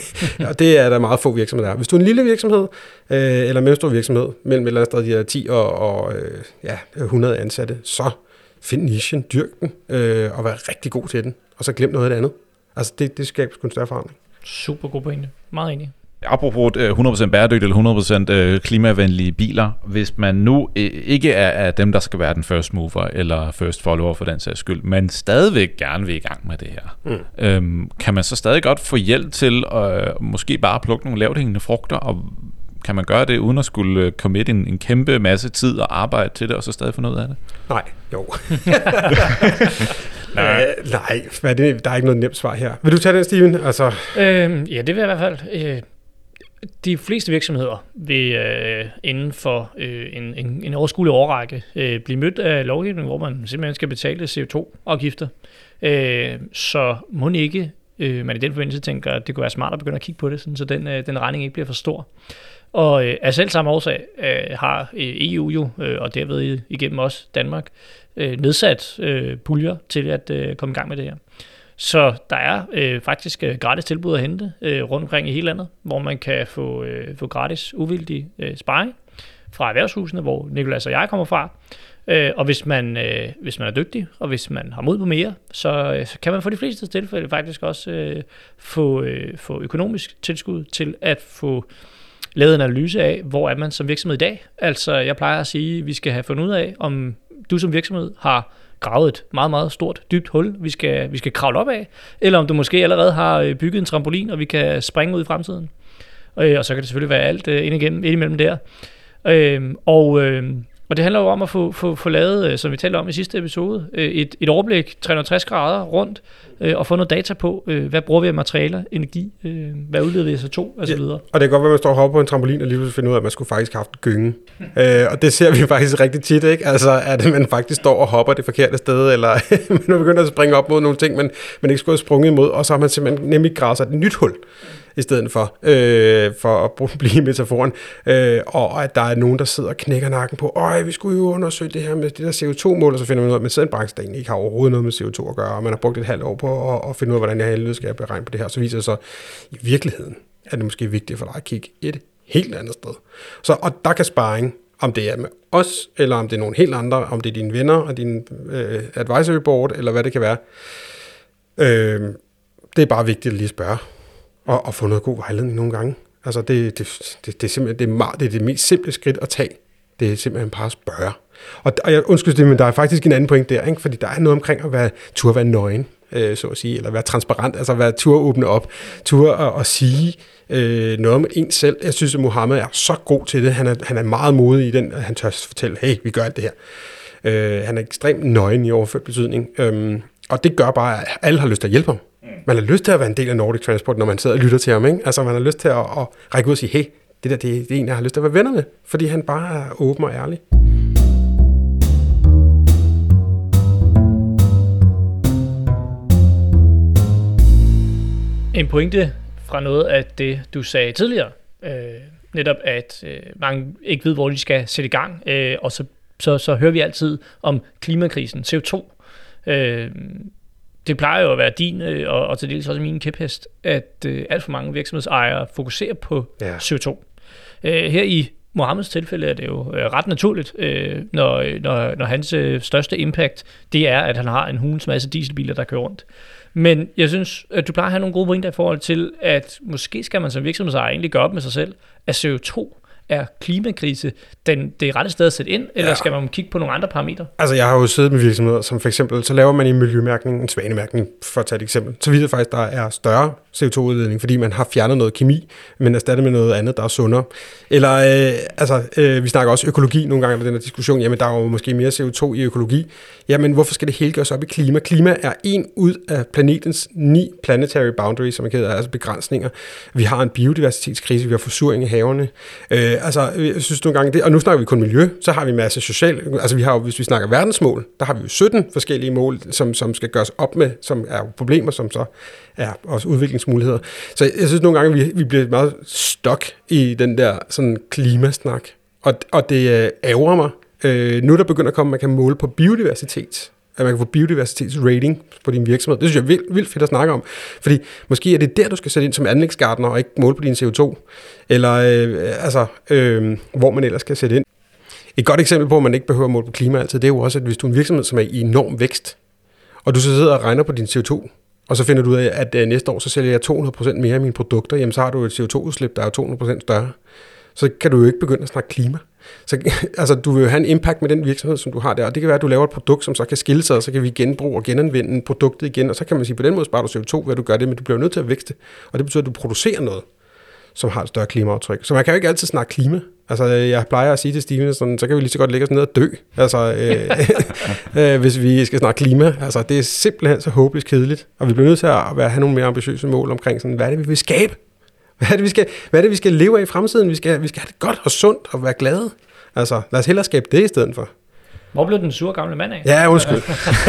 det er der meget få virksomheder. Hvis du er en lille virksomhed, øh, eller mellemstor virksomhed, mellem eller andet sted de ti og, og øh, ja, hundrede ansatte, så find nichen, dyrk den, øh, og vær rigtig god til den, og så glem noget af det andet. Altså, det, det skaber sgu en større forandring. Super god pointe. Meget enig. Apropos hundrede procent bæredygtige eller hundrede procent klimavenlige biler, hvis man nu ikke er dem, der skal være den first mover eller first follower for den sags skyld, men stadigvæk gerne vil i gang med det her, mm. øhm, kan man så stadig godt få hjælp til at måske bare plukke nogle lavthængende frugter, og kan man gøre det uden at skulle committe en, en kæmpe masse tid og arbejde til det, og så stadig få noget af det? Nej, jo. nej, øh, nej hvad er det? Der er ikke noget nemt svar her. Vil du tage den, Steven? Altså... Øhm, ja, det vil jeg i hvert fald. Øh, de fleste virksomheder vil øh, inden for øh, en, en, en overskuelig årrække øh, blive mødt af lovgivning, hvor man simpelthen skal betale C O to afgifter. Øh, så må ikke øh, man i den forbindelse tænker, at det kunne være smart at begynde at kigge på det, sådan, så den, øh, den regning ikke bliver for stor. Og øh, af selv samme årsag øh, har E U jo, øh, og derved igennem også Danmark, øh, nedsat øh, puljer til at øh, komme i gang med det her. Så der er øh, faktisk øh, gratis tilbud at hente øh, rundt omkring i hele landet, hvor man kan få, øh, få gratis uvildig øh, sparring fra erhvervshusene, hvor Nicolas og jeg kommer fra. Øh, og hvis man, øh, hvis man er dygtig, og hvis man har mod på mere, så, øh, så kan man for de fleste tilfælde faktisk også øh, få, øh, få økonomisk tilskud til at få lavet en analyse af, hvor er man som virksomhed i dag. Altså jeg plejer at sige, at vi skal have fundet ud af, om du som virksomhed har gravet et meget, meget stort, dybt hul, vi skal, vi skal kravle op af, eller om du måske allerede har bygget en trampolin, og vi kan springe ud i fremtiden. Og, og så kan det selvfølgelig være alt ind igennem, ind imellem der. Og, og det handler jo om at få, få, få lavet, som vi talte om i sidste episode, et, et overblik tre hundrede og tres grader rundt, og få noget data på, hvad bruger vi af materialer, energi, hvad udleder vi af C O to, og så videre. Ja, og det kan godt være, at man står og hopper på en trampolin, og lige pludselig finder ud af, at man skulle faktisk have haft en gynge. øh, og det ser vi faktisk rigtig tit, ikke? Altså, at man faktisk står og hopper det forkerte sted, eller man begynder at springe op mod nogle ting, man, man ikke skulle have sprunget imod, og så har man simpelthen nemlig græsset et nyt hul i stedet for, øh, for at blive metaforen, øh, og at der er nogen, der sidder og knækker nakken på, øj, vi skulle jo undersøge det her med det der C O to mål, og så finder man ud af, at man sidder en branche, der egentlig ikke har overhovedet noget med C O to at gøre, og man har brugt et halvt år på at, at finde ud af, hvordan jeg helvede skal beregne på det her, så viser det så, i virkeligheden er det måske vigtigt for dig at kigge et helt andet sted. Så, og der kan sparring, om det er med os, eller om det er nogle helt andre, om det er dine venner og din øh, advisory board, eller hvad det kan være, øh, det er bare vigtigt at lige spørge. Og, og få noget god vejledning nogle gange. Altså det, det, det, det er simpelthen det er, meget, det, er det mest simple skridt at tage. Det er simpelthen bare at spørge. Og, og jeg undskyld det, men der er faktisk en anden point der, ikke? Fordi der er noget omkring at være, turde være nøgen, øh, så at sige, eller være transparent, altså være turde åbne op, turde at, at sige øh, noget om en selv. Jeg synes, at Mohammed er så god til det. Han er, han er meget modig i den, at han tør fortælle, hey, vi gør alt det her. Øh, han er ekstremt nøgen i overført betydning. Øhm, og det gør bare, at alle har lyst til at hjælpe ham. Man har lyst til at være en del af Nordic Transport, når man sidder og lytter til ham, ikke? Altså man har lyst til at, at række ud og sige, hey, det der, det, det er en, jeg har lyst til at være venner med, fordi han bare er åben og ærlig. En pointe fra noget af det, du sagde tidligere, Øh, netop at øh, mange ikke ved, hvor de skal sætte i gang, øh, og så, så, så hører vi altid om klimakrisen, C O to. Øh, det plejer jo at være din, øh, og, og til dels også min kæphest, at øh, alt for mange virksomhedsejere fokuserer på ja. C O to. Øh, her i Mohammeds tilfælde er det jo øh, ret naturligt, øh, når, når, når hans øh, største impact, det er, at han har en hulens masse dieselbiler, der kører rundt. Men jeg synes, at du plejer at have nogle gode pointer i forhold til, at måske skal man som virksomhedsejer egentlig gøre op med sig selv, at C O to er klimakrise den, det er rette sted at sætte ind, eller ja. skal man kigge på nogle andre parametre? Altså, jeg har jo siddet med virksomheder, som for eksempel, så laver man i miljømærkning en svanemærkning, for at tage et eksempel. Så viser det faktisk, der er større C O to udledning, fordi man har fjernet noget kemi, men erstattet med noget andet, der er sundere. Eller, øh, altså, øh, vi snakker også økologi nogle gange i den her diskussion, jamen der er jo måske mere C O to i økologi. Jamen, hvorfor skal det hele gøres op i klima? Klima er en ud af planetens ni planetary boundaries, som man kalder, altså begrænsninger. Vi har en biodiversitetskrise, vi har forsuring i havene. Øh, altså, jeg synes nogle gange det, og nu snakker vi kun miljø, så har vi en masse social, altså vi har jo, hvis vi snakker verdensmål, der har vi jo sytten forskellige mål, som, som skal gøres op med, som er problemer, som så er også udviklingsmuligheder. Så jeg synes nogle gange, vi, vi bliver meget stok i den der sådan klimasnak, og, og det ærger mig. Øh, nu er der begynder at komme, at man kan måle på biodiversitet, at man kan få biodiversitetsrating på din virksomhed. Det synes jeg er vildt, vildt fedt at snakke om, fordi måske er det der, du skal sætte ind som anlægsgartner, og ikke måle på din C O to, eller øh, altså, øh, hvor man ellers skal sætte ind. Et godt eksempel på, at man ikke behøver at måle på klima altid, det er jo også, at hvis du er en virksomhed, som er i enorm vækst, og du så sidder og regner på din C O to, og så finder du ud af, at øh, næste år, så sælger jeg to hundrede procent mere af mine produkter, jamen så har du et C O to udslip, der er to hundrede procent større. Så kan du jo ikke begynde at snakke klima. Så altså, du vil jo have en impact med den virksomhed, som du har der, og det kan være, at du laver et produkt, som så kan skille sig, og så kan vi genbruge og genanvende produktet igen, og så kan man sige, på den måde sparer du C O to, hvad du gør det, men du bliver nødt til at vækste, og det betyder, at du producerer noget, som har et større klimaaftryk. Så man kan jo ikke altid snakke klima. Altså, jeg plejer at sige til Steven, sådan, så kan vi lige så godt lægge os ned og dø, altså, øh, øh, hvis vi skal snakke klima. Altså, det er simpelthen så håbløst kedeligt, og vi bliver nødt til at have nogle mere ambitiøse mål omkring, sådan, hvad er det, vi vil skabe? Hvad er det, vi skal, hvad er det, vi skal leve af i fremtiden? Vi skal, vi skal have det godt og sundt og være glade. Altså, lad os hellere skabe det i stedet for. Hvor blev den sure gamle mand af? Ja, undskyld.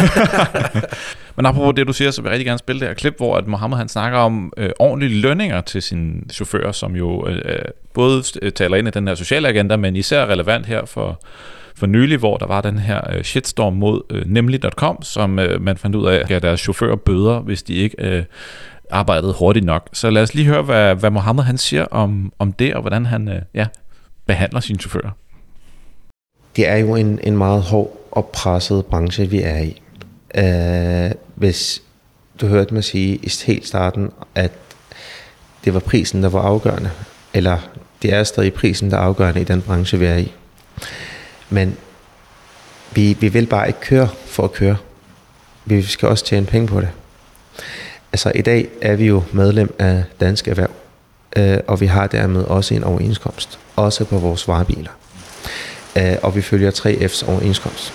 Men apropos det, du siger, så vil jeg rigtig gerne spille det her klip, hvor at Mohammed han snakker om øh, ordentlige lønninger til sine chauffører, som jo øh, både taler ind i den her sociale agenda, men især relevant her for, for nylig, hvor der var den her øh, shitstorm mod øh, nemlig punktum com, som øh, man fandt ud af, at gav deres chauffører bøder, hvis de ikke øh, arbejdede hurtigt nok. Så lad os lige høre, hvad, hvad Mohammed han siger om, om det, og hvordan han øh, ja, behandler sine chauffører. Det er jo en, en meget hård og presset branche, vi er i. Uh, hvis du hørte mig sige i helt starten, at det var prisen, der var afgørende, eller det er stadig prisen, der er afgørende i den branche, vi er i. Men vi, vi vil bare ikke køre for at køre. Vi skal også tjene penge på det. Altså i dag er vi jo medlem af Dansk Erhverv, uh, og vi har dermed også en overenskomst, også på vores varebiler. Uh, og vi følger tre F's overenskomst.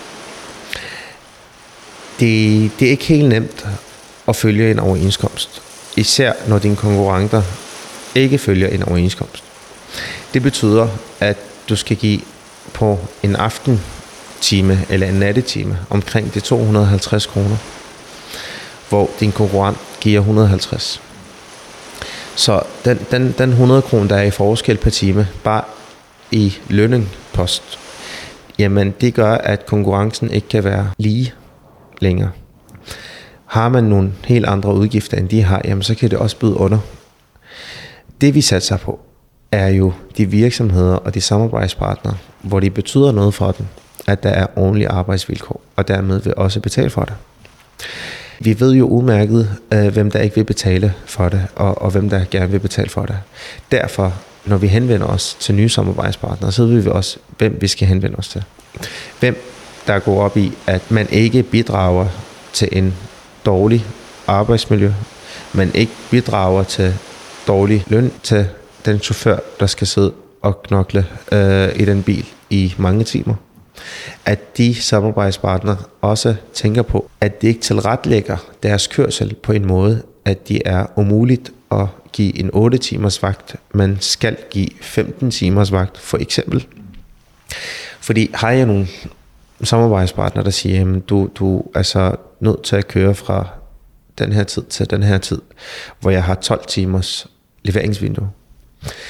Det, det er ikke helt nemt at følge en overenskomst, især når dine konkurrenter ikke følger en overenskomst. Det betyder, at du skal give på en aftentime eller en nattetime omkring de to hundrede og halvtreds kroner, hvor din konkurrent giver et hundrede og halvtreds. Så den, den, den hundrede kroner, der er i forskel per time, bare i lønningpost, jamen det gør, at konkurrencen ikke kan være lige længere. Har man nogle helt andre udgifter, end de har, jamen så kan det også byde under. Det vi satser på, er jo de virksomheder og de samarbejdspartnere, hvor det betyder noget for dem, at der er ordentlige arbejdsvilkår, og dermed vil også betale for det. Vi ved jo udmærket, øh, hvem der ikke vil betale for det, og, og hvem der gerne vil betale for det. Derfor, når vi henvender os til nye samarbejdspartnere, så ved vi også, hvem vi skal henvende os til. Hvem der går op i, at man ikke bidrager til en dårlig arbejdsmiljø, man ikke bidrager til dårlig løn til den chauffør, der skal sidde og knokle øh, i den bil i mange timer. At de samarbejdspartnere også tænker på, at de ikke tilretlægger deres kørsel på en måde, at de er umuligt at give en otte timers vagt, man skal give femten timers vagt, for eksempel. Fordi har jeg nogle samarbejdspartner, der siger, jamen du, du er altså nødt til at køre fra den her tid til den her tid, hvor jeg har tolv timers leveringsvindue.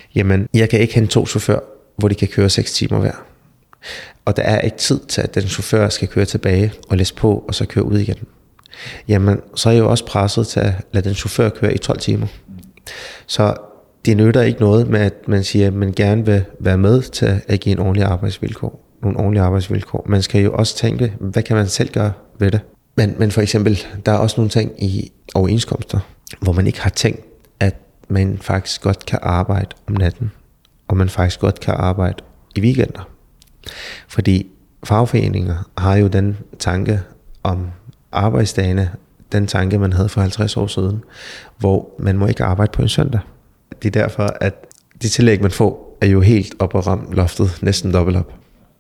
Jamen, jeg kan ikke hente to chauffører, hvor de kan køre seks timer hver. Og der er ikke tid til, at den chauffør skal køre tilbage og læse på, og så køre ud igen. Jamen, så er jeg jo også presset til at lade den chauffør køre i tolv timer. Så det nytter ikke noget med, at man siger, at man gerne vil være med til at give en ordentlig arbejdsvilkår. Nogle ordentlige arbejdsvilkår. Man skal jo også tænke, hvad kan man selv gøre ved det? Men, men for eksempel, der er også nogle ting i overenskomster, hvor man ikke har tænkt, at man faktisk godt kan arbejde om natten, og man faktisk godt kan arbejde i weekender. Fordi fagforeninger har jo den tanke om arbejdsdagene, den tanke, man havde for halvtreds år siden, hvor man må ikke arbejde på en søndag. Det er derfor, at de tillæg, man får, er jo helt op og ramt loftet, næsten dobbelt op.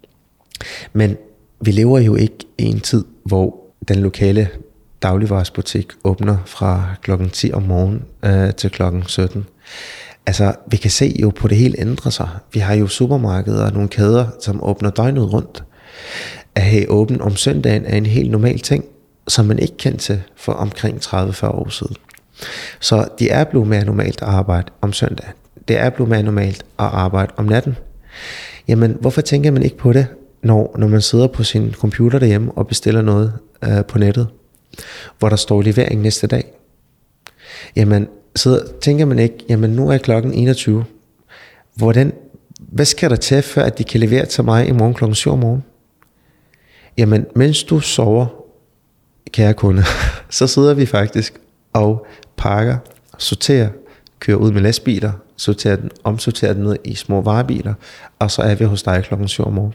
Men vi lever jo ikke i en tid, hvor den lokale dagligvaresbutik åbner fra klokken ti om morgenen øh, til klokken sytten. Altså, vi kan se jo på det hele ændre sig. Vi har jo supermarkeder og nogle kæder, som åbner døgnet rundt. At have åben om søndagen er en helt normal ting, som man ikke kendte til for omkring tredive til fyrre år siden. Så det er blevet mere normalt at arbejde om søndagen. Det er blevet mere normalt at arbejde om natten. Jamen, hvorfor tænker man ikke på det, når, når man sidder på sin computer derhjemme og bestiller noget øh, på nettet, hvor der står levering næste dag? Jamen, så tænker man ikke, jamen nu er klokken enogtyve. Hvordan, hvad skal der til, før at de kan levere til mig i morgen klokken syv om morgenen? Jamen, mens du sover, kære kunde, så sidder vi faktisk og pakker, sorterer, kører ud med lastbiler, sorterer den, omsorterer den ned i små varebiler, og så er vi hos dig klokken syv om morgenen.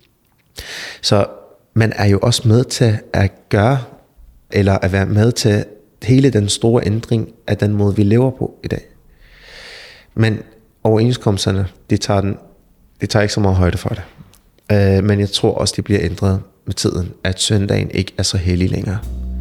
Så man er jo også med til at gøre, eller at være med til hele den store ændring af den måde, vi lever på i dag. Men overenskomsterne, de tager, den, de tager ikke så meget højde for det. Uh, men jeg tror også, det bliver ændret med tiden, at søndagen ikke er så hellig længere.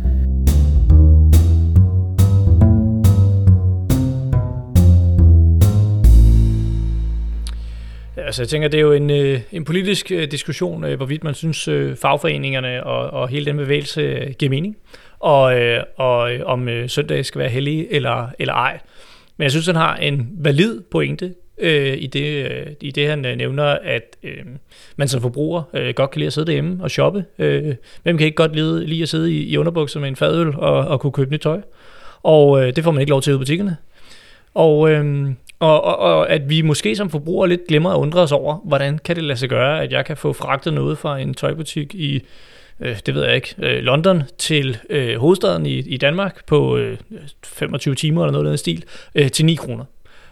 Altså jeg tænker, det er jo en, øh, en politisk øh, diskussion, øh, hvorvidt man synes, øh, fagforeningerne og, og hele den bevægelse øh, giver mening, og, øh, og øh, om øh, søndag skal være hellig eller, eller ej. Men jeg synes, han har en valid pointe øh, i, det, øh, i det, han øh, nævner, at øh, man som forbruger øh, godt kan lide at sidde derhjemme og shoppe. Øh, hvem kan ikke godt lide, lide at sidde i, i underbukser med en fadøl og, og kunne købe nyt tøj? Og øh, det får man ikke lov til i butikkerne. Og... Øh, Og, og, og at vi måske som forbrugere lidt glemmer at undre os over, hvordan kan det lade sig gøre, at jeg kan få fragtet noget fra en tøjbutik i, øh, det ved jeg ikke, øh, London til øh, hovedstaden i, i Danmark på øh, femogtyve timer eller noget af den stil, øh, til ni kroner.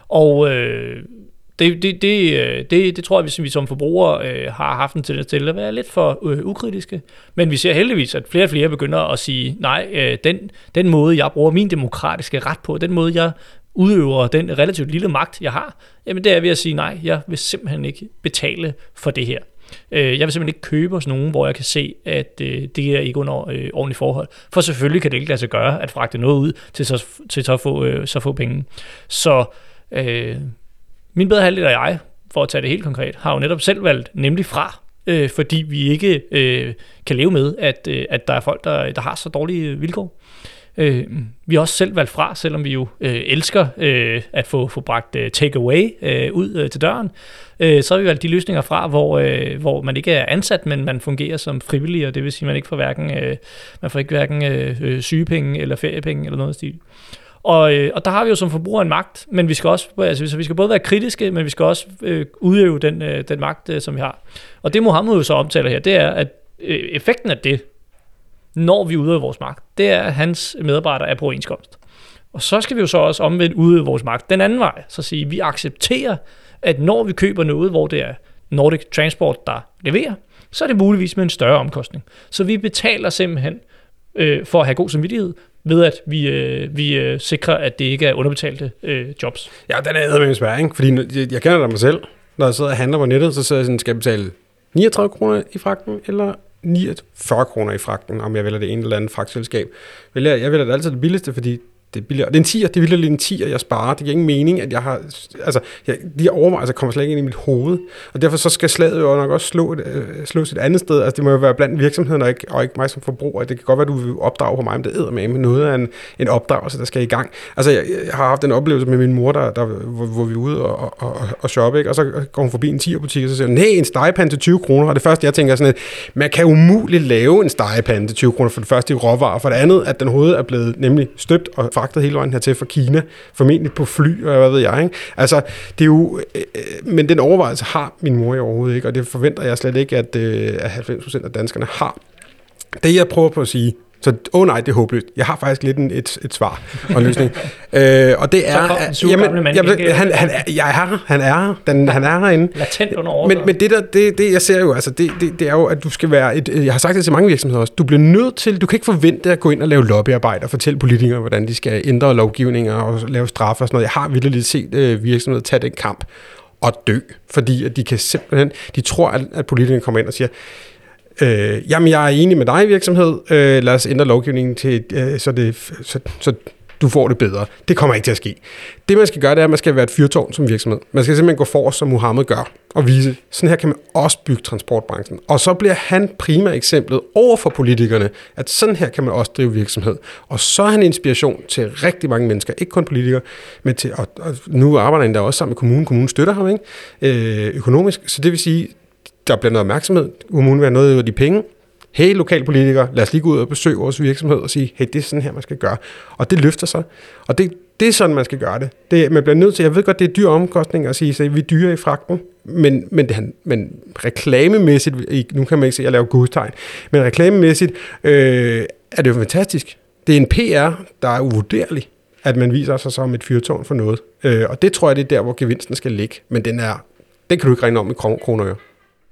Og øh, det, det, det, det, det tror jeg, hvis vi som forbrugere øh, har haft en tendens til at være lidt for øh, ukritiske. Men vi ser heldigvis, at flere og flere begynder at sige, nej, øh, den, den måde, jeg bruger min demokratiske ret på, den måde, jeg udøver den relativt lille magt, jeg har, jamen det er ved at sige, nej, jeg vil simpelthen ikke betale for det her. Jeg vil simpelthen ikke købe hos nogen, hvor jeg kan se, at det er ikke under ordentligt forhold. For selvfølgelig kan det ikke lade sig gøre, at fragte noget ud til så, til så, få, så få penge. Så øh, min bedre halvdel og jeg, for at tage det helt konkret, har jo netop selv valgt nemlig fra, øh, fordi vi ikke øh, kan leve med, at, øh, at der er folk, der, der har så dårlige vilkår. Øh, vi har også selv valgt fra, selvom vi jo øh, elsker øh, at få, få bragt øh, take-away øh, ud øh, til døren, øh, så har vi valgt de løsninger fra, hvor, øh, hvor man ikke er ansat, men man fungerer som frivillig, og det vil sige, at man ikke får hverken, øh, man får ikke hverken øh, sygepenge eller feriepenge eller noget stil. Og, øh, og der har vi jo som forbruger en magt, men vi skal også, altså vi skal både være kritiske, men vi skal også øh, udøve den, øh, den magt, øh, som vi har. Og det Mohammed jo så omtaler her, det er, at øh, effekten af det, når vi udøver vores magt, det er, at hans medarbejdere er på overenskomst. Og så skal vi jo så også omvendt udøve vores magt den anden vej. Så sige, vi accepterer, at når vi køber noget, hvor det er Nordic Transport, der leverer, så er det muligvis med en større omkostning. Så vi betaler simpelthen øh, for at have god samvittighed, ved at vi, øh, vi øh, sikrer, at det ikke er underbetalte øh, jobs. Ja, den er eddermame svær, ikke? Fordi jeg, jeg kender det mig selv. Når jeg sidder og handler på nettet, så, så skal jeg betale niogtredive kroner i fragten, eller niogfyrre kroner i fragten, om jeg vælger det ene eller andet fragtselskab. Jeg vælger det altid det billigste, fordi det er billigere. Det er en tier, det er virkelig en tier, jeg sparer. Det giver ingen mening, at jeg har... Altså, jeg, de her overvejelser kommer slet ikke ind i mit hoved. Og derfor så skal slaget jo nok også slå et, øh, slås et andet sted. Altså, det må jo være blandt virksomheden, og ikke, og ikke mig som forbruger. Det kan godt være, du vil opdrage på mig, men det æder med noget af en, en opdragelse, der skal i gang. Altså, jeg, jeg har haft en oplevelse med min mor, der, der, hvor, hvor vi er ude og, og, og, og shoppe, ikke? Og så går hun forbi en tier-butik, og så siger hun, nej, en stegepande til tyve kroner. Og det første, jeg tænker sådan, at man kan umuligt lave en stegepande til tyve kroner. For det første i råvarer, for det andet, at den hoved er blevet nemlig støbt og fragtet hele vejen hertil fra Kina, formentlig på fly, og hvad ved jeg, ikke? Altså, det er jo... Øh, men den overvejelse har min mor jo overhovedet ikke, og det forventer jeg slet ikke, at, øh, at halvfems procent af danskerne har. Det, jeg prøver på at sige, så åh oh nej, det er håbløst. Jeg har faktisk lidt en, et, et svar og en løsning. øh, og det er... Så kom jamen, mand, jamen, han, han, er, jeg er her, han er her, den, han er herinde. Latent under overvej. Men, men det, der, det, det, jeg ser jo, altså, det, det, det er jo, at du skal være et... Jeg har sagt det til mange virksomheder også. Du bliver nødt til... Du kan ikke forvente at gå ind og lave lobbyarbejde og fortælle politikere, hvordan de skal ændre lovgivninger og lave straffe og sådan noget. Jeg har virkelig lidt set øh, virksomheder tage den kamp og dø, fordi at de kan simpelthen... De tror, at, at politikerne kommer ind og siger... Øh, jamen, jeg er enig med dig, virksomhed. Øh, lad os ændre lovgivningen til, øh, så, det, så, så du får det bedre. Det kommer ikke til at ske. Det, man skal gøre, det er, at man skal være et fyrtårn som virksomhed. Man skal simpelthen gå forrest, som Mohammed gør, og vise, sådan her kan man også bygge transportbranchen. Og så bliver han primært eksemplet over for politikerne, at sådan her kan man også drive virksomhed. Og så er han inspiration til rigtig mange mennesker, ikke kun politikere, men til, og, og nu arbejder han der også sammen med kommunen. Kommunen støtter ham, ikke? Øh, økonomisk. Så det vil sige, der bliver noget opmærksomhed. Kommunen vil have noget af de penge. Hey, lokalpolitikere, lad os lige gå ud og besøge vores virksomhed og sige, hey, det er sådan her, man skal gøre. Og det løfter sig. Og det, det er sådan, man skal gøre det. det. Man bliver nødt til, jeg ved godt, det er dyre omkostninger at sige, at vi er dyre i fragten, men, men, det, men reklamemæssigt, nu kan man ikke se, at jeg laver gudstegn, men reklamemæssigt øh, er det jo fantastisk. Det er en P R, der er uvurderlig, at man viser sig som et fyrtårn for noget. Øh, og det tror jeg, det er der, hvor gevinsten skal ligge. Men den er, den kan du ikke regne om i kroner og øre.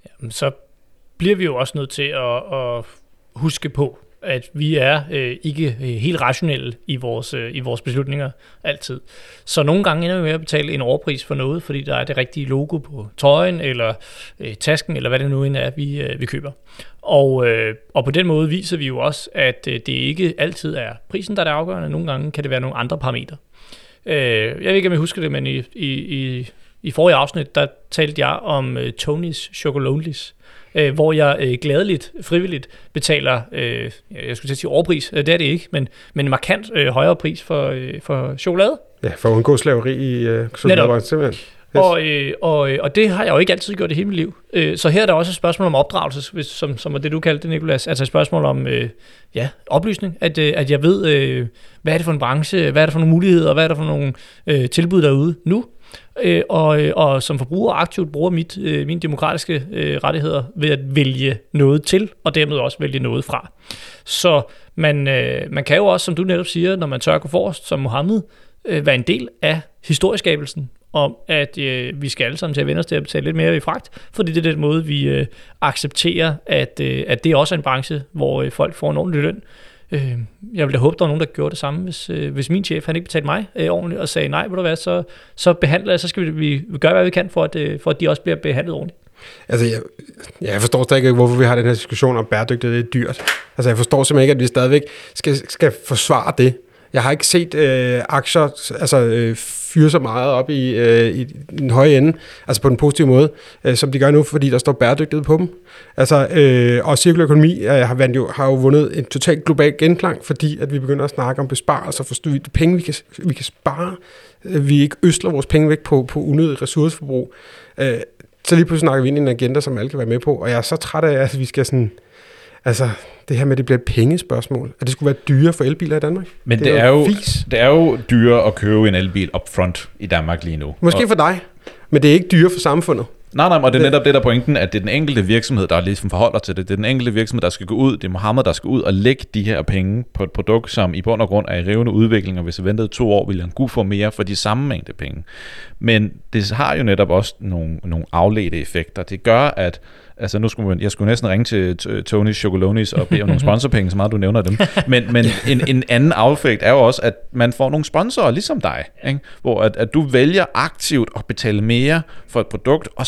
Så bliver vi jo også nødt til at, at huske på, at vi er øh, ikke helt rationelle i vores, øh, i vores beslutninger altid. Så nogle gange ender vi med at betale en overpris for noget, fordi der er det rigtige logo på trøjen, eller øh, tasken, eller hvad det nu end er, vi, øh, vi køber. Og, øh, og på den måde viser vi jo også, at øh, det ikke altid er prisen, der er det afgørende. Nogle gange kan det være nogle andre parametre. Øh, jeg ved ikke, om jeg husker det, men i... i, i I forrige afsnit, der talte jeg om uh, Tonys Chocolonelys, uh, hvor jeg uh, gladeligt, frivilligt betaler, uh, jeg skulle sige overpris, uh, det er det ikke, men, men en markant uh, højere pris for, uh, for chokolade. Ja, for at undgå slaveri i uh, chokoladebranchen, simpelthen. Yes. Og, øh, og, og det har jeg jo ikke altid gjort det hele mit liv. Øh, så her er der også et spørgsmål om opdragelse, hvis, som, som er det, du kaldte det, Nicolas. Altså et spørgsmål om øh, ja, oplysning. At, øh, at jeg ved, øh, hvad er det for en branche, hvad er det for nogle muligheder, hvad er det for nogle øh, tilbud derude nu. Øh, og, og som forbruger aktivt bruger mit, øh, mine demokratiske øh, rettigheder ved at vælge noget til, og dermed også vælge noget fra. Så man, øh, man kan jo også, som du netop siger, når man tør gå forrest som Mohammed, øh, være en del af historieskabelsen, om at øh, vi skal alle sammen til at vende os til at betale lidt mere i fragt, fordi det er den måde, vi øh, accepterer, at, øh, at det også er en branche, hvor øh, folk får en ordentlig løn. Øh, jeg ville da håbe, der var nogen, der gjorde det samme, hvis, øh, hvis min chef han ikke betalte mig øh, ordentligt, og sagde, nej, ved du hvad, så, så behandler jeg, så skal vi, vi gøre, hvad vi kan, for at, øh, for at de også bliver behandlet ordentligt. Altså, jeg, jeg forstår stadig ikke, hvorfor vi har den her diskussion om bæredygtighed, det er dyrt. Altså, jeg forstår simpelthen ikke, at vi stadigvæk skal, skal forsvare det. Jeg har ikke set øh, aktier altså, øh, fyre så meget op i, øh, i den høje ende, altså på den positive måde, øh, som de gør nu, fordi der står bæredygtighed på dem. Altså, øh, og cirkulær økonomi øh, har, jo, har jo vundet en totalt global genklang, fordi at vi begynder at snakke om besparelser, for de penge, vi kan, vi kan spare, øh, vi ikke øsler vores penge væk på, på unødigt ressourceforbrug. Øh, så lige pludselig snakker vi ind i en agenda, som alle kan være med på, og jeg er så træt af, at vi skal sådan... Altså, det her med, at det bliver et pengespørgsmål. At det skulle være dyre for elbiler i Danmark. Men det, det, er, er, jo, det er jo dyre at købe en elbil upfront i Danmark lige nu. Måske og for dig, men det er ikke dyre for samfundet. Nej, nej, og det er netop det, der er pointen, at det er den enkelte virksomhed, der ligesom forholder til det. Det er den enkelte virksomhed, der skal gå ud, det er Mohammed, der skal ud og lægge de her penge på et produkt, som i bund og grund er i rivende udvikling, og hvis jeg ventede to år, ville han kunne få mere for de samme mængde penge. Men det har jo netop også nogle, nogle afledte effekter. Det gør, at altså nu skulle man, jeg skulle næsten ringe til Tonys Chocolonelys og bede om nogle sponsorpenge, så meget du nævner dem. Men, men en, en anden afeffekt er jo også, at man får nogle sponsorer, ligesom dig, ikke? Hvor at, at du vælger aktivt at betale mere for et produkt, og så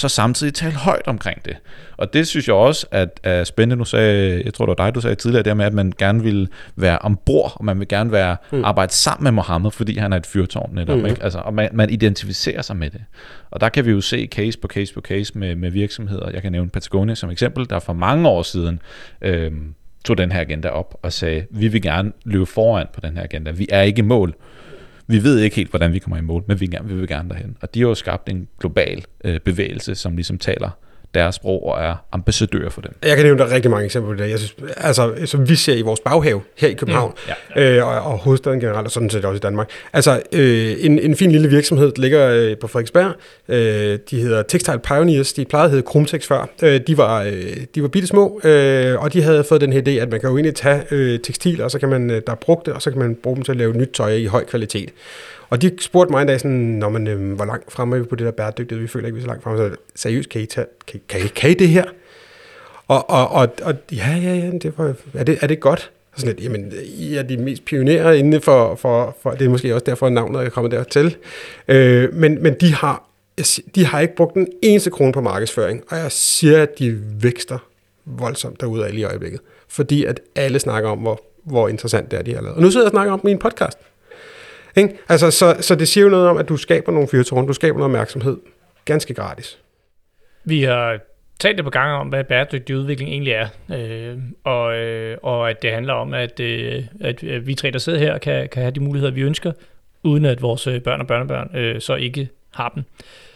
samtidig tale højt omkring det. Og det synes jeg også, at er spændende. Nu sagde, jeg tror det var dig, du sagde tidligere, det med, at man gerne vil være ombord, og man vil gerne være, mm. arbejde sammen med Mohammed, fordi han er et fyrtårn netop, mm. ikke? Altså, og man, man identificerer sig med det. Og der kan vi jo se case på case på case med, med virksomheder. Jeg kan nævne Patagonia som eksempel, der for mange år siden øh, tog den her agenda op og sagde, vi vil gerne løbe foran på den her agenda. Vi er ikke i mål. Vi ved ikke helt, hvordan vi kommer i mål, men vi, gerne, vi vil gerne derhen. Og de har jo skabt en global øh, bevægelse, som ligesom taler deres sprog og er ambassadører for dem. Jeg kan nævne der rigtig mange eksempler på det. Jeg synes, altså, som vi ser i vores baghave her i København, mm, ja, ja. Øh, og, og hovedstaden generelt, og sådan set også i Danmark. Altså, øh, en, en fin lille virksomhed, der ligger øh, på Frederiksberg. Øh, de hedder Textile Pioneers. De plejede at hedde Krumtex før. Øh, de var, øh, de var bitte små, øh, og de havde fået den her idé, at man kan jo egentlig tage øh, tekstiler, og så kan man, der er brugt det, og så kan man bruge dem til at lave nyt tøj i høj kvalitet. Og de spurgte mig en dag sådan, når man, øh, hvor langt fremme er vi på det der bæredygtighed? Vi føler ikke, vi er så langt fremme. Så seriøst, kan I, tage, kan, kan, I, kan I det her? Og, og, og, og ja, ja, ja, det var, er, det, er det godt? Og sådan lidt, jamen, I er de mest pionerer inden for, for, for, det er måske også derfor, navnet er kommet dertil. Øh, men, men de har, de har ikke brugt en eneste krone på markedsføring, og jeg siger, at de vækster voldsomt derude af lige i øjeblikket. Fordi at alle snakker om, hvor, hvor interessant det er, de har lavet. Og nu sidder jeg og snakker om min podcast. Ikke? Altså, så, så det siger jo noget om, at du skaber nogle fyrtårne, du skaber noget opmærksomhed, ganske gratis. Vi har talt det på gange om, hvad bæredygtig udvikling egentlig er, øh, og, øh, og at det handler om, at, øh, at vi tre, der sidder her, kan, kan have de muligheder, vi ønsker, uden at vores børn og børnebørn øh, så ikke har dem.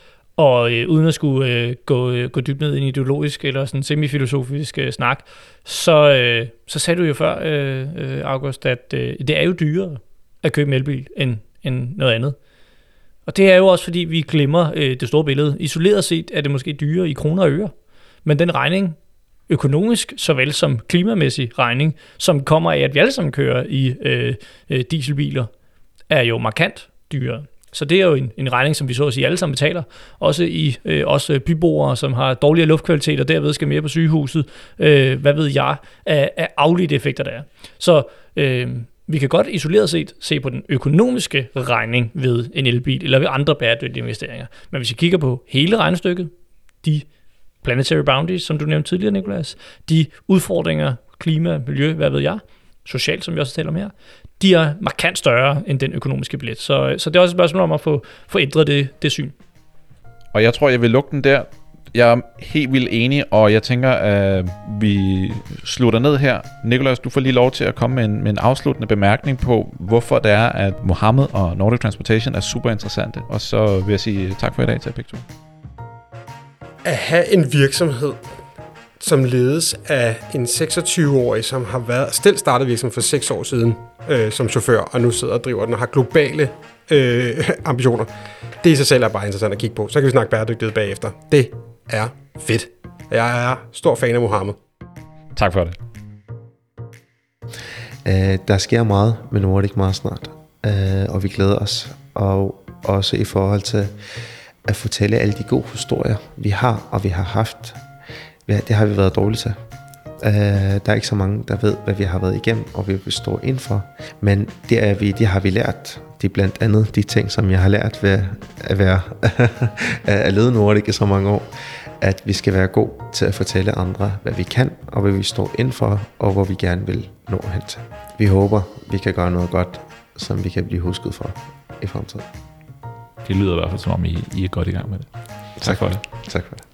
Og øh, uden at skulle øh, gå, øh, gå dybt ned i en ideologisk eller sådan semifilosofisk øh, snak, så, øh, så sagde du jo før, øh, August, at øh, det er jo dyrere at købe en elbil end, end noget andet. Og det er jo også, fordi vi glemmer øh, det store billede. Isoleret set er det måske dyrere i kroner og øre. Men den regning, økonomisk såvel som klimamæssig regning, som kommer af, at vi alle sammen kører i øh, øh, dieselbiler, er jo markant dyrere. Så det er jo en, en regning, som vi så at sige alle sammen betaler. Også i øh, også byboere, som har dårligere luftkvalitet, og derved skal mere på sygehuset. Øh, hvad ved jeg, af, af afledte effekter der er. Så øh, vi kan godt isoleret set se på den økonomiske regning ved en elbil, eller ved andre bæredygtige investeringer. Men hvis vi kigger på hele regnestykket, de planetary boundaries, som du nævnte tidligere, Nicolas, de udfordringer, klima, miljø, hvad ved jeg, socialt, som vi også taler om her, de er markant større end den økonomiske billet. Så, så det er også et spørgsmål om at få, få ændret det, det syn. Og jeg tror, jeg vil lukke den der. Jeg er helt vildt enig, og jeg tænker, at vi slutter ned her. Nicolas, du får lige lov til at komme med en, med en afsluttende bemærkning på, hvorfor det er, at Mohammed og Nordic Transportation er super interessante. Og så vil jeg sige tak for i dag til jer begge to. At have en virksomhed, som ledes af en seksogtyve-årig, som har været selv startet virksomheden for seks år siden øh, som chauffør, og nu sidder og driver den og har globale øh, ambitioner. Det i sig selv er bare interessant at kigge på. Så kan vi snakke bæredygtighed bagefter. Det er fedt. Jeg er stor fan af Mohammed. Tak for det. Uh, der sker meget med Nordic meget snart, uh, og vi glæder os. Og også i forhold til at fortælle alle de gode historier, vi har og vi har haft. Det har vi været dårlige til. Uh, der er ikke så mange, der ved, hvad vi har været igennem, og vi vil stå ind for. Men det, er vi, det har vi lært. Det er blandt andet de ting, som jeg har lært ved at være at lede Nordic i så mange år. At vi skal være gode til at fortælle andre, hvad vi kan, og hvad vi står ind for, og hvor vi gerne vil nå hen til. Vi håber, vi kan gøre noget godt, som vi kan blive husket for i fremtiden. Det lyder i hvert fald, som om I, I er godt i gang med det. Tak for det. Tak for det.